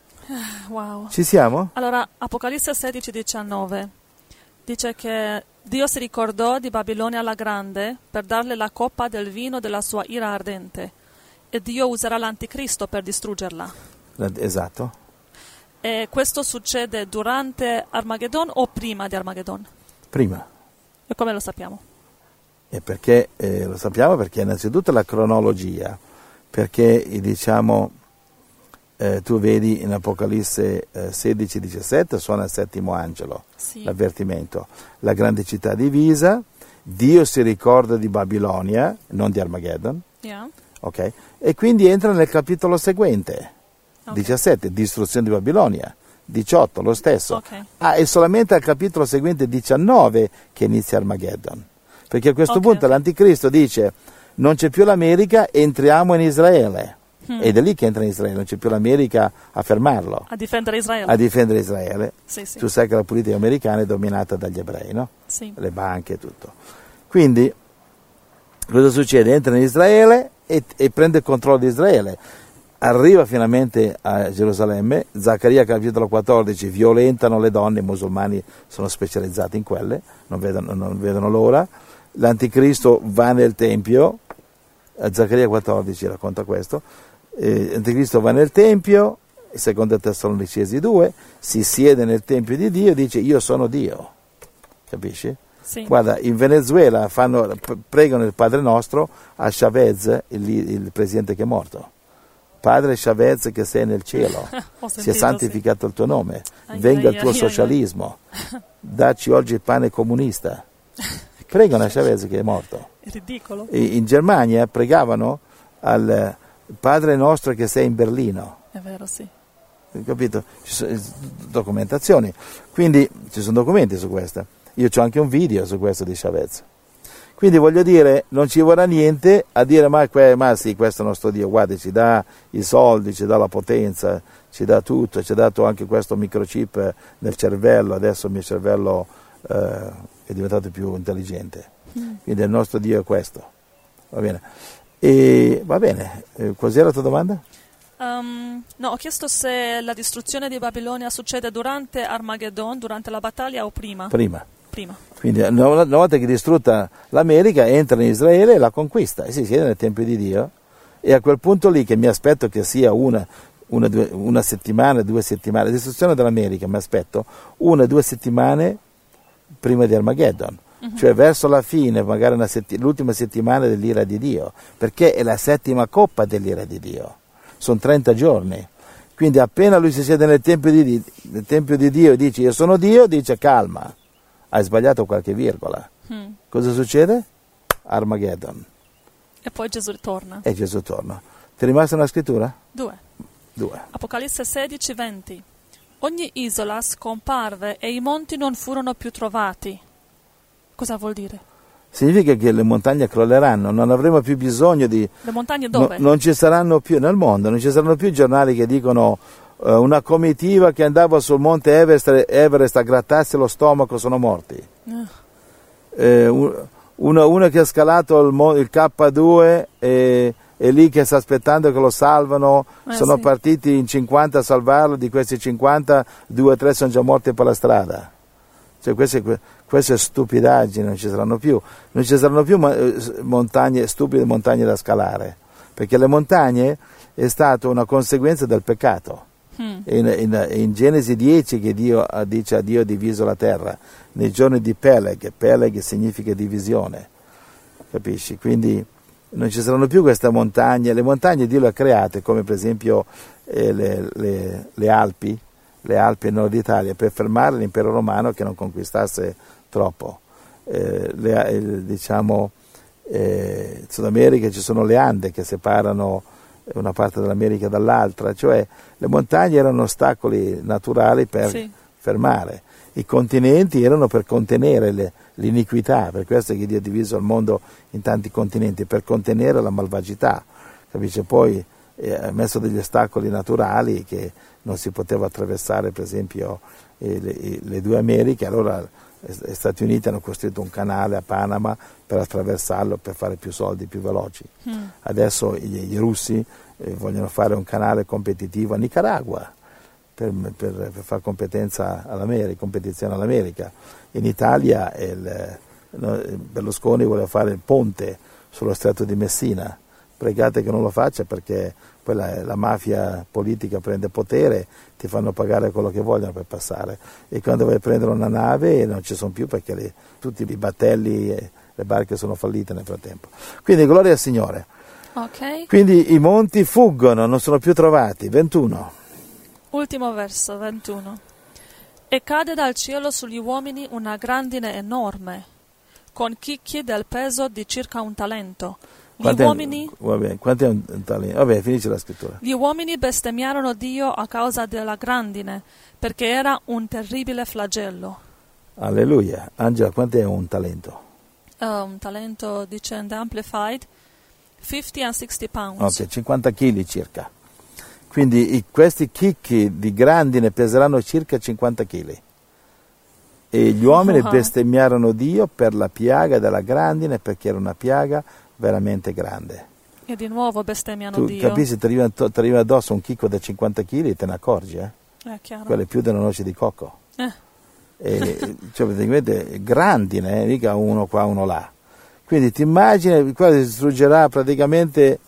Wow. Ci siamo? Allora, Apocalisse sedici diciannove dice che Dio si ricordò di Babilonia la Grande per darle la coppa del vino della sua ira ardente, e Dio userà l'anticristo per distruggerla. Esatto. E questo succede durante Armageddon o prima di Armageddon? Prima. E come lo sappiamo? E perché eh, lo sappiamo? Perché innanzitutto la cronologia, perché eh, diciamo eh, tu vedi in Apocalisse eh, sedici diciassette suona il settimo angelo, Sì. l'avvertimento, la grande città divisa, Dio si ricorda di Babilonia, non di Armageddon, Yeah. ok? E quindi entra nel capitolo seguente, Ok. diciassette, distruzione di Babilonia, diciotto, lo stesso. Ok. Ah, è solamente al capitolo seguente diciannove che inizia Armageddon. Perché a questo Ok, punto ok. l'anticristo dice non c'è più l'America, entriamo in Israele. Mm. Ed è lì che entra in Israele, non c'è più l'America a fermarlo, A difendere Israele. a difendere Israele. Sì, sì. Tu sai che la politica americana è dominata dagli ebrei, no? Sì. Le banche e tutto. Quindi cosa succede? Entra in Israele e, e prende il controllo di Israele. Arriva finalmente a Gerusalemme, Zaccaria capitolo quattordici, violentano le donne, i musulmani sono specializzati in quelle, non vedono, non vedono l'ora. L'anticristo va nel Tempio, a Zaccaria quattordici racconta questo, eh, l'anticristo va nel Tempio, secondo Tessalonicesi due, si siede nel Tempio di Dio e dice io sono Dio, capisci? Sì. Guarda, in Venezuela fanno, pregano il Padre Nostro a Chavez, il, il presidente che è morto. Padre Chavez che sei nel cielo, Ho sia sentito, santificato il tuo nome, Ai, venga ai, il tuo ai, ai, socialismo, dacci oggi il pane comunista. Pregano a Chavez che è morto. sì. È ridicolo. E in Germania pregavano al Padre Nostro che sei in Berlino. È vero, sì. Capito? Ci sono documentazioni, quindi ci sono documenti su questo. Io ho anche un video su questo di Chavez. Quindi voglio dire, non ci vorrà niente a dire ma, que- ma sì, questo è il nostro Dio, guarda, ci dà i soldi, ci dà la potenza, ci dà tutto, ci ha dato anche questo microchip nel cervello, adesso il mio cervello eh, è diventato più intelligente. Mm. Quindi il nostro Dio è questo. Va bene. E, va bene, eh, cos'era la tua domanda? Um, no, ho chiesto se la distruzione di Babilonia succede durante Armageddon, durante la battaglia o prima? Prima. Prima. Quindi una una volta che è distrutta l'America entra in Israele e la conquista e si siede nel Tempio di Dio, e a quel punto lì, che mi aspetto che sia una, una, due, una settimana, due settimane, la distruzione dell'America mi aspetto una, due settimane prima di Armageddon, uh-huh. Cioè verso la fine, magari una setti- l'ultima settimana dell'ira di Dio, perché è la settima coppa dell'ira di Dio, sono trenta giorni. Quindi appena lui si siede nel Tempio di, nel tempio di Dio e dice io sono Dio, dice calma, hai sbagliato qualche virgola. Mm. Cosa succede? Armageddon. E poi Gesù ritorna. E Gesù torna. Ti è rimasta una scrittura? Due. Due. Apocalisse sedici venti. Ogni isola scomparve e i monti non furono più trovati. Cosa vuol dire? Significa che le montagne crolleranno, non avremo più bisogno di... Le montagne dove? No, non ci saranno più, nel mondo, non ci saranno più giornali che dicono uh, una comitiva che andava sul monte Everest, Everest a grattarsi lo stomaco sono morti. Uh. Eh, uno, uno che ha scalato il, il K due e, e lì che sta aspettando che lo salvano, eh, sono sì. partiti in cinquanta a salvarlo, di questi cinquanta, due o tre sono già morti per la strada. Cioè queste, queste stupidaggini non ci saranno più, non ci saranno più montagne, stupide montagne da scalare, perché le montagne è stata una conseguenza del peccato. Mm. In, in, in Genesi dieci che Dio dice a Dio ha diviso la terra, nei giorni di Peleg, Peleg significa divisione, capisci? Quindi non ci saranno più queste montagne, le montagne Dio le ha create, come per esempio eh, le, le, le Alpi, le Alpi in Nord Italia, per fermare l'impero romano che non conquistasse troppo. Eh, le, eh, diciamo, eh, in Sud America ci sono le Ande che separano una parte dell'America dall'altra, cioè le montagne erano ostacoli naturali per sì. fermare, i continenti erano per contenere le, l'iniquità, per questo è che Dio ha diviso il mondo in tanti continenti, per contenere la malvagità, capisce? Poi eh, ha messo degli ostacoli naturali che non si poteva attraversare, per esempio eh, le, le due Americhe, allora gli Stati Uniti hanno costruito un canale a Panama per attraversarlo, per fare più soldi, più veloci. Mm. Adesso gli, i russi eh, vogliono fare un canale competitivo a Nicaragua per, per, per fare competenza all'America, competizione all'America. In Italia il, no, Berlusconi vuole fare il ponte sullo stretto di Messina. Pregate che non lo faccia perché poi la, la mafia politica prende potere, ti fanno pagare quello che vogliono per passare e quando vai a prendere una nave non ci sono più perché le, tutti i battelli e le barche sono fallite nel frattempo. Quindi gloria al Signore. Okay. Quindi i monti fuggono, non sono più trovati. ventuno. Ultimo verso, ventuno. E cade dal cielo sugli uomini una grandine enorme, con chicchi del peso di circa un talento. Gli Quanti uomini, vabbè, quanti è un, un talento? Vabbè, finisce la scrittura. Gli uomini bestemmiarono Dio a causa della grandine, perché era un terribile flagello. Alleluia. Angela, quanto è un talento? Uh, un talento, dice in The Amplified, fifty and sixty pounds. Ok, cinquanta chili circa. Quindi i, questi chicchi di grandine peseranno circa cinquanta chili. E gli uomini uh-huh. bestemmiarono Dio per la piaga della grandine, perché era una piaga veramente grande. E di nuovo bestemmiano tu Dio. Capisci, ti arriva, ti arriva addosso un chicco da cinquanta chili e te ne accorgi, eh? È chiaro. Quelle più della noce di cocco. Eh. E, cioè, praticamente grandine, eh? Mica uno qua, uno là. Quindi ti immagini, qua si distruggerà praticamente,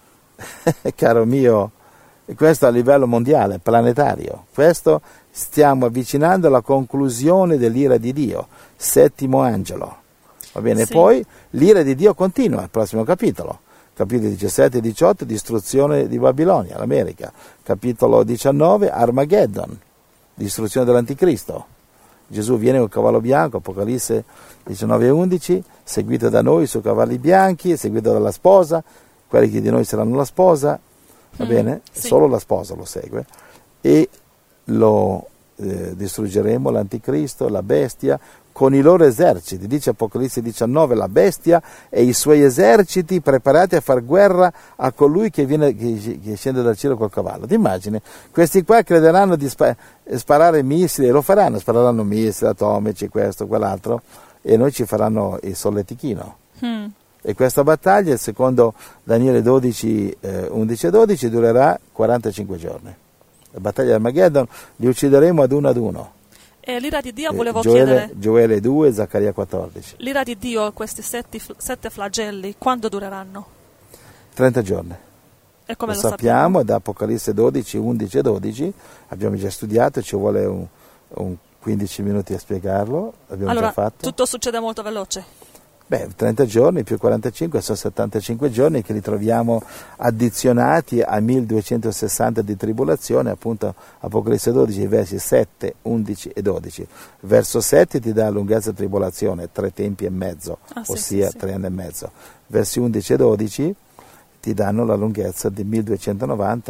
caro mio, questo a livello mondiale, planetario. Questo stiamo avvicinando alla conclusione dell'ira di Dio, settimo angelo. Va bene, sì. Poi l'ira di Dio continua, il prossimo capitolo. Capitolo diciassette e diciotto, distruzione di Babilonia, l'America. Capitolo diciannove, Armageddon, distruzione dell'Anticristo. Gesù viene con il cavallo bianco, Apocalisse diciannove e undici, seguito da noi su cavalli bianchi, seguito dalla sposa, quelli che di noi saranno la sposa, va mm, bene? Sì. Solo la sposa lo segue. E lo eh, distruggeremo, l'Anticristo, la bestia, con i loro eserciti, dice Apocalisse diciannove, la bestia e i suoi eserciti preparati a far guerra a colui che, viene, che, che scende dal cielo col cavallo. Ti immagini? Questi qua crederanno di spa, sparare missili, lo faranno, spareranno missili atomici, questo, quell'altro, e noi ci faranno il solletichino. Hmm. E questa battaglia, secondo Daniele dodici, eh, undici e dodici, durerà quarantacinque giorni. La battaglia di Armageddon li uccideremo ad uno ad uno. E l'ira di Dio, volevo Gioele, chiedere... Gioele due, Zaccaria quattordici. L'ira di Dio, questi sette, sette flagelli, quando dureranno? trenta giorni. E come lo, lo sappiamo? sappiamo? Da Apocalisse dodici, undici e dodici. Abbiamo già studiato, ci vuole un, un quindici minuti a spiegarlo. L'abbiamo allora, già fatto. Tutto succede molto veloce. Beh, trenta giorni più quarantacinque sono settantacinque giorni che li troviamo addizionati a milleduecentosessanta di tribolazione, appunto Apocalisse dodici, versi sette, undici e dodici. Verso sette ti dà lunghezza tribolazione, tre tempi e mezzo, ah, ossia sì, sì, tre sì. anni e mezzo. Versi undici e dodici ti danno la lunghezza di milleduecentonovanta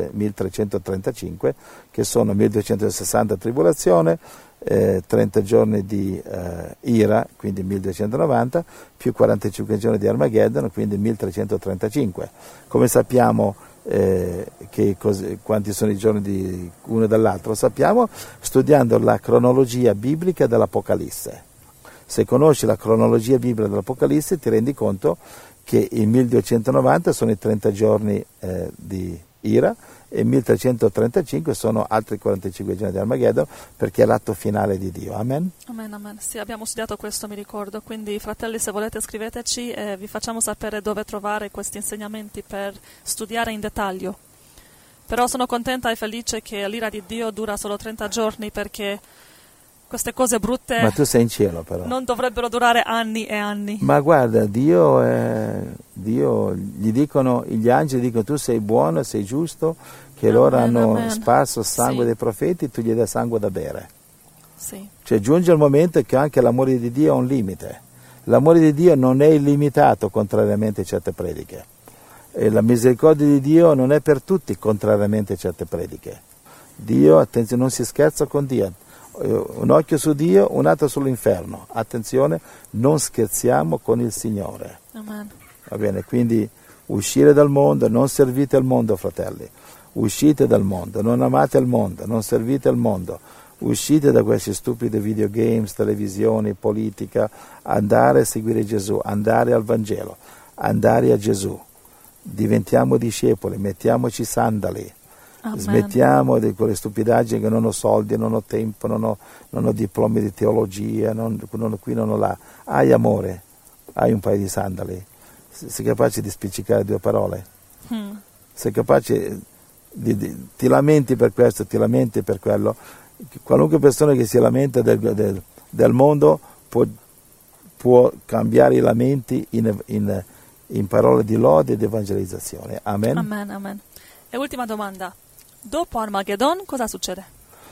milletrecentotrentacinque, che sono milleduecentosessanta tribolazione, eh, trenta giorni di eh, ira, quindi milleduecentonovanta, più quarantacinque giorni di Armageddon, quindi milletrecentotrentacinque. Come sappiamo eh, che cos- quanti sono i giorni di uno dall'altro? Sappiamo studiando la cronologia biblica dell'Apocalisse. Se conosci la cronologia biblica dell'Apocalisse ti rendi conto che i milleduecentonovanta sono i trenta giorni eh, di ira e milletrecentotrentacinque sono altri quarantacinque giorni di Armageddon, perché è l'atto finale di Dio. Amen? Amen, amen. Sì, abbiamo studiato questo, mi ricordo. Quindi, fratelli, se volete scriveteci e vi facciamo sapere dove trovare questi insegnamenti per studiare in dettaglio. Però sono contenta e felice che l'ira di Dio dura solo trenta giorni, perché queste cose brutte Ma tu sei in cielo, però. non dovrebbero durare anni e anni. Ma guarda, Dio, è, Dio gli dicono, gli angeli dicono tu sei buono, sei giusto, che Amen, loro hanno amen. sparso il sangue Sì. dei profeti, tu gli dai sangue da bere. Sì. Cioè giunge il momento che anche l'amore di Dio ha un limite. L'amore di Dio non è illimitato, contrariamente a certe prediche. E la misericordia di Dio non è per tutti, contrariamente a certe prediche. Dio, attenzione, non si scherza con Dio. Un occhio su Dio, un altro sull'inferno. Attenzione, non scherziamo con il Signore. Amen. Va bene, quindi uscire dal mondo, non servite al mondo, fratelli. Uscite dal mondo, non amate il mondo, non servite al mondo. Uscite da questi stupidi videogames, televisioni, politica, andare a seguire Gesù, andare al Vangelo, andare a Gesù. Diventiamo discepoli, mettiamoci sandali. Amen. Smettiamo di quelle stupidaggini che non ho soldi, non ho tempo, non ho, non ho diplomi di teologia, non, non, qui non ho là. Hai amore, hai un paio di sandali, sei capace di spiccicare due parole, Mm. sei capace di, di, ti lamenti per questo, ti lamenti per quello. Qualunque persona che si lamenta del, del, del mondo può, può cambiare i lamenti in, in, in parole di lode ed evangelizzazione. Amen. Amen, amen. E ultima domanda. Dopo Armageddon cosa succede?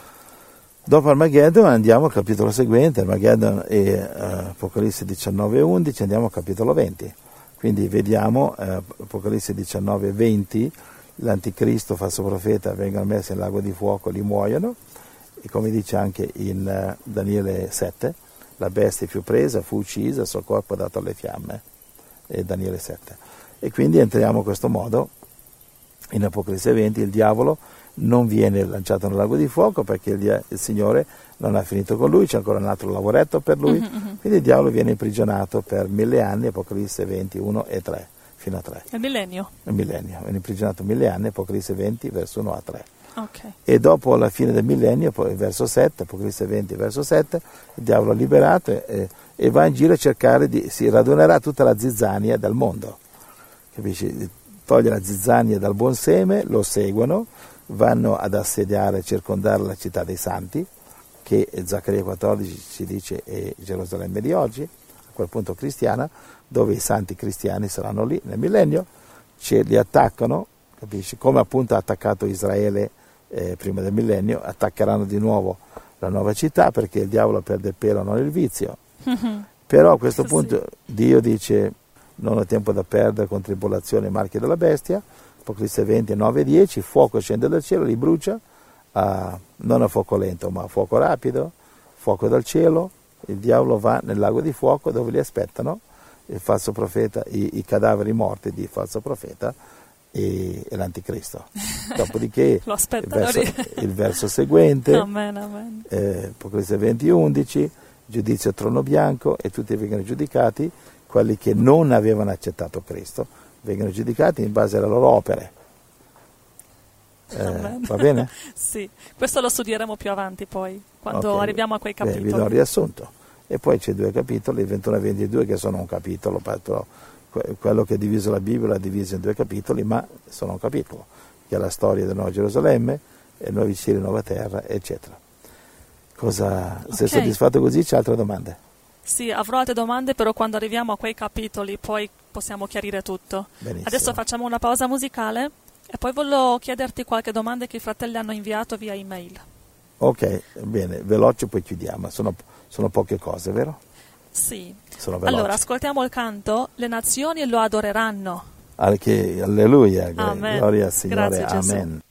Dopo Armageddon andiamo al capitolo seguente, Armageddon e uh, Apocalisse diciannove e undici, andiamo al capitolo venti. Quindi vediamo uh, Apocalisse diciannove e venti, l'anticristo, falso profeta, vengono messi nel lago di fuoco, li muoiono, e come dice anche in uh, Daniele sette, la bestia fu presa, fu uccisa, il suo corpo dato alle fiamme, e Daniele sette. E quindi entriamo in questo modo in Apocalisse venti, il diavolo non viene lanciato nel lago di fuoco perché il, il Signore non ha finito con lui, c'è ancora un altro lavoretto per lui, mm-hmm. Quindi il diavolo viene imprigionato per mille anni, Apocalisse venti, uno e tre, fino a tre. Il millennio. Il millennio, viene imprigionato mille anni, Apocalisse venti, verso uno a tre. Okay. E dopo la fine del millennio, poi verso sette, Apocalisse venti, verso sette, il diavolo è liberato e, e va in giro a cercare di, si radunerà tutta la zizzania del mondo, capisci? Toglie la zizzania dal buon seme, lo seguono, vanno ad assediare e circondare la città dei santi, che Zaccaria quattordici ci dice è Gerusalemme di oggi, a quel punto cristiana, dove i santi cristiani saranno lì nel millennio, ce li attaccano, capisci? Come appunto ha attaccato Israele eh, prima del millennio, attaccheranno di nuovo la nuova città perché il diavolo perde il pelo, non il vizio. Però a questo punto sì. Dio dice: non ho tempo da perdere con tribolazione e marchi della bestia. Apocalisse venti, nove e dieci, fuoco scende dal cielo, li brucia, a, non a fuoco lento ma a fuoco rapido, fuoco dal cielo, il diavolo va nel lago di fuoco dove li aspettano il falso profeta, i, i cadaveri morti di falso profeta e, e l'anticristo. Dopodiché Lo il, verso, il verso seguente, amen, amen. Eh, Apocalisse venti, undici, giudizio a trono bianco e tutti vengono giudicati, quelli che non avevano accettato Cristo vengono giudicati in base alle loro opere. Eh, va bene? Sì, questo lo studieremo più avanti poi, quando okay. arriviamo a quei capitoli. Beh, vi do un riassunto. E poi c'è due capitoli, ventuno e ventidue, che sono un capitolo, però quello che ha diviso la Bibbia l'ha diviso in due capitoli, ma sono un capitolo, che è la storia della Nuova Gerusalemme, e nuovi cieli, nuova terra, eccetera. Cosa, okay. Sei soddisfatto così? C'è altre domande? Sì, avrò altre domande, però quando arriviamo a quei capitoli poi possiamo chiarire tutto. Benissimo. Adesso facciamo una pausa musicale e poi voglio chiederti qualche domanda che i fratelli hanno inviato via email. Ok, bene, veloce poi chiudiamo. Sono, sono poche cose, vero? Sì. Sono veloci. Allora, ascoltiamo il canto Le nazioni lo adoreranno. Che, alleluia, Amen. gloria al Signore, Grazie, Gesù. amen.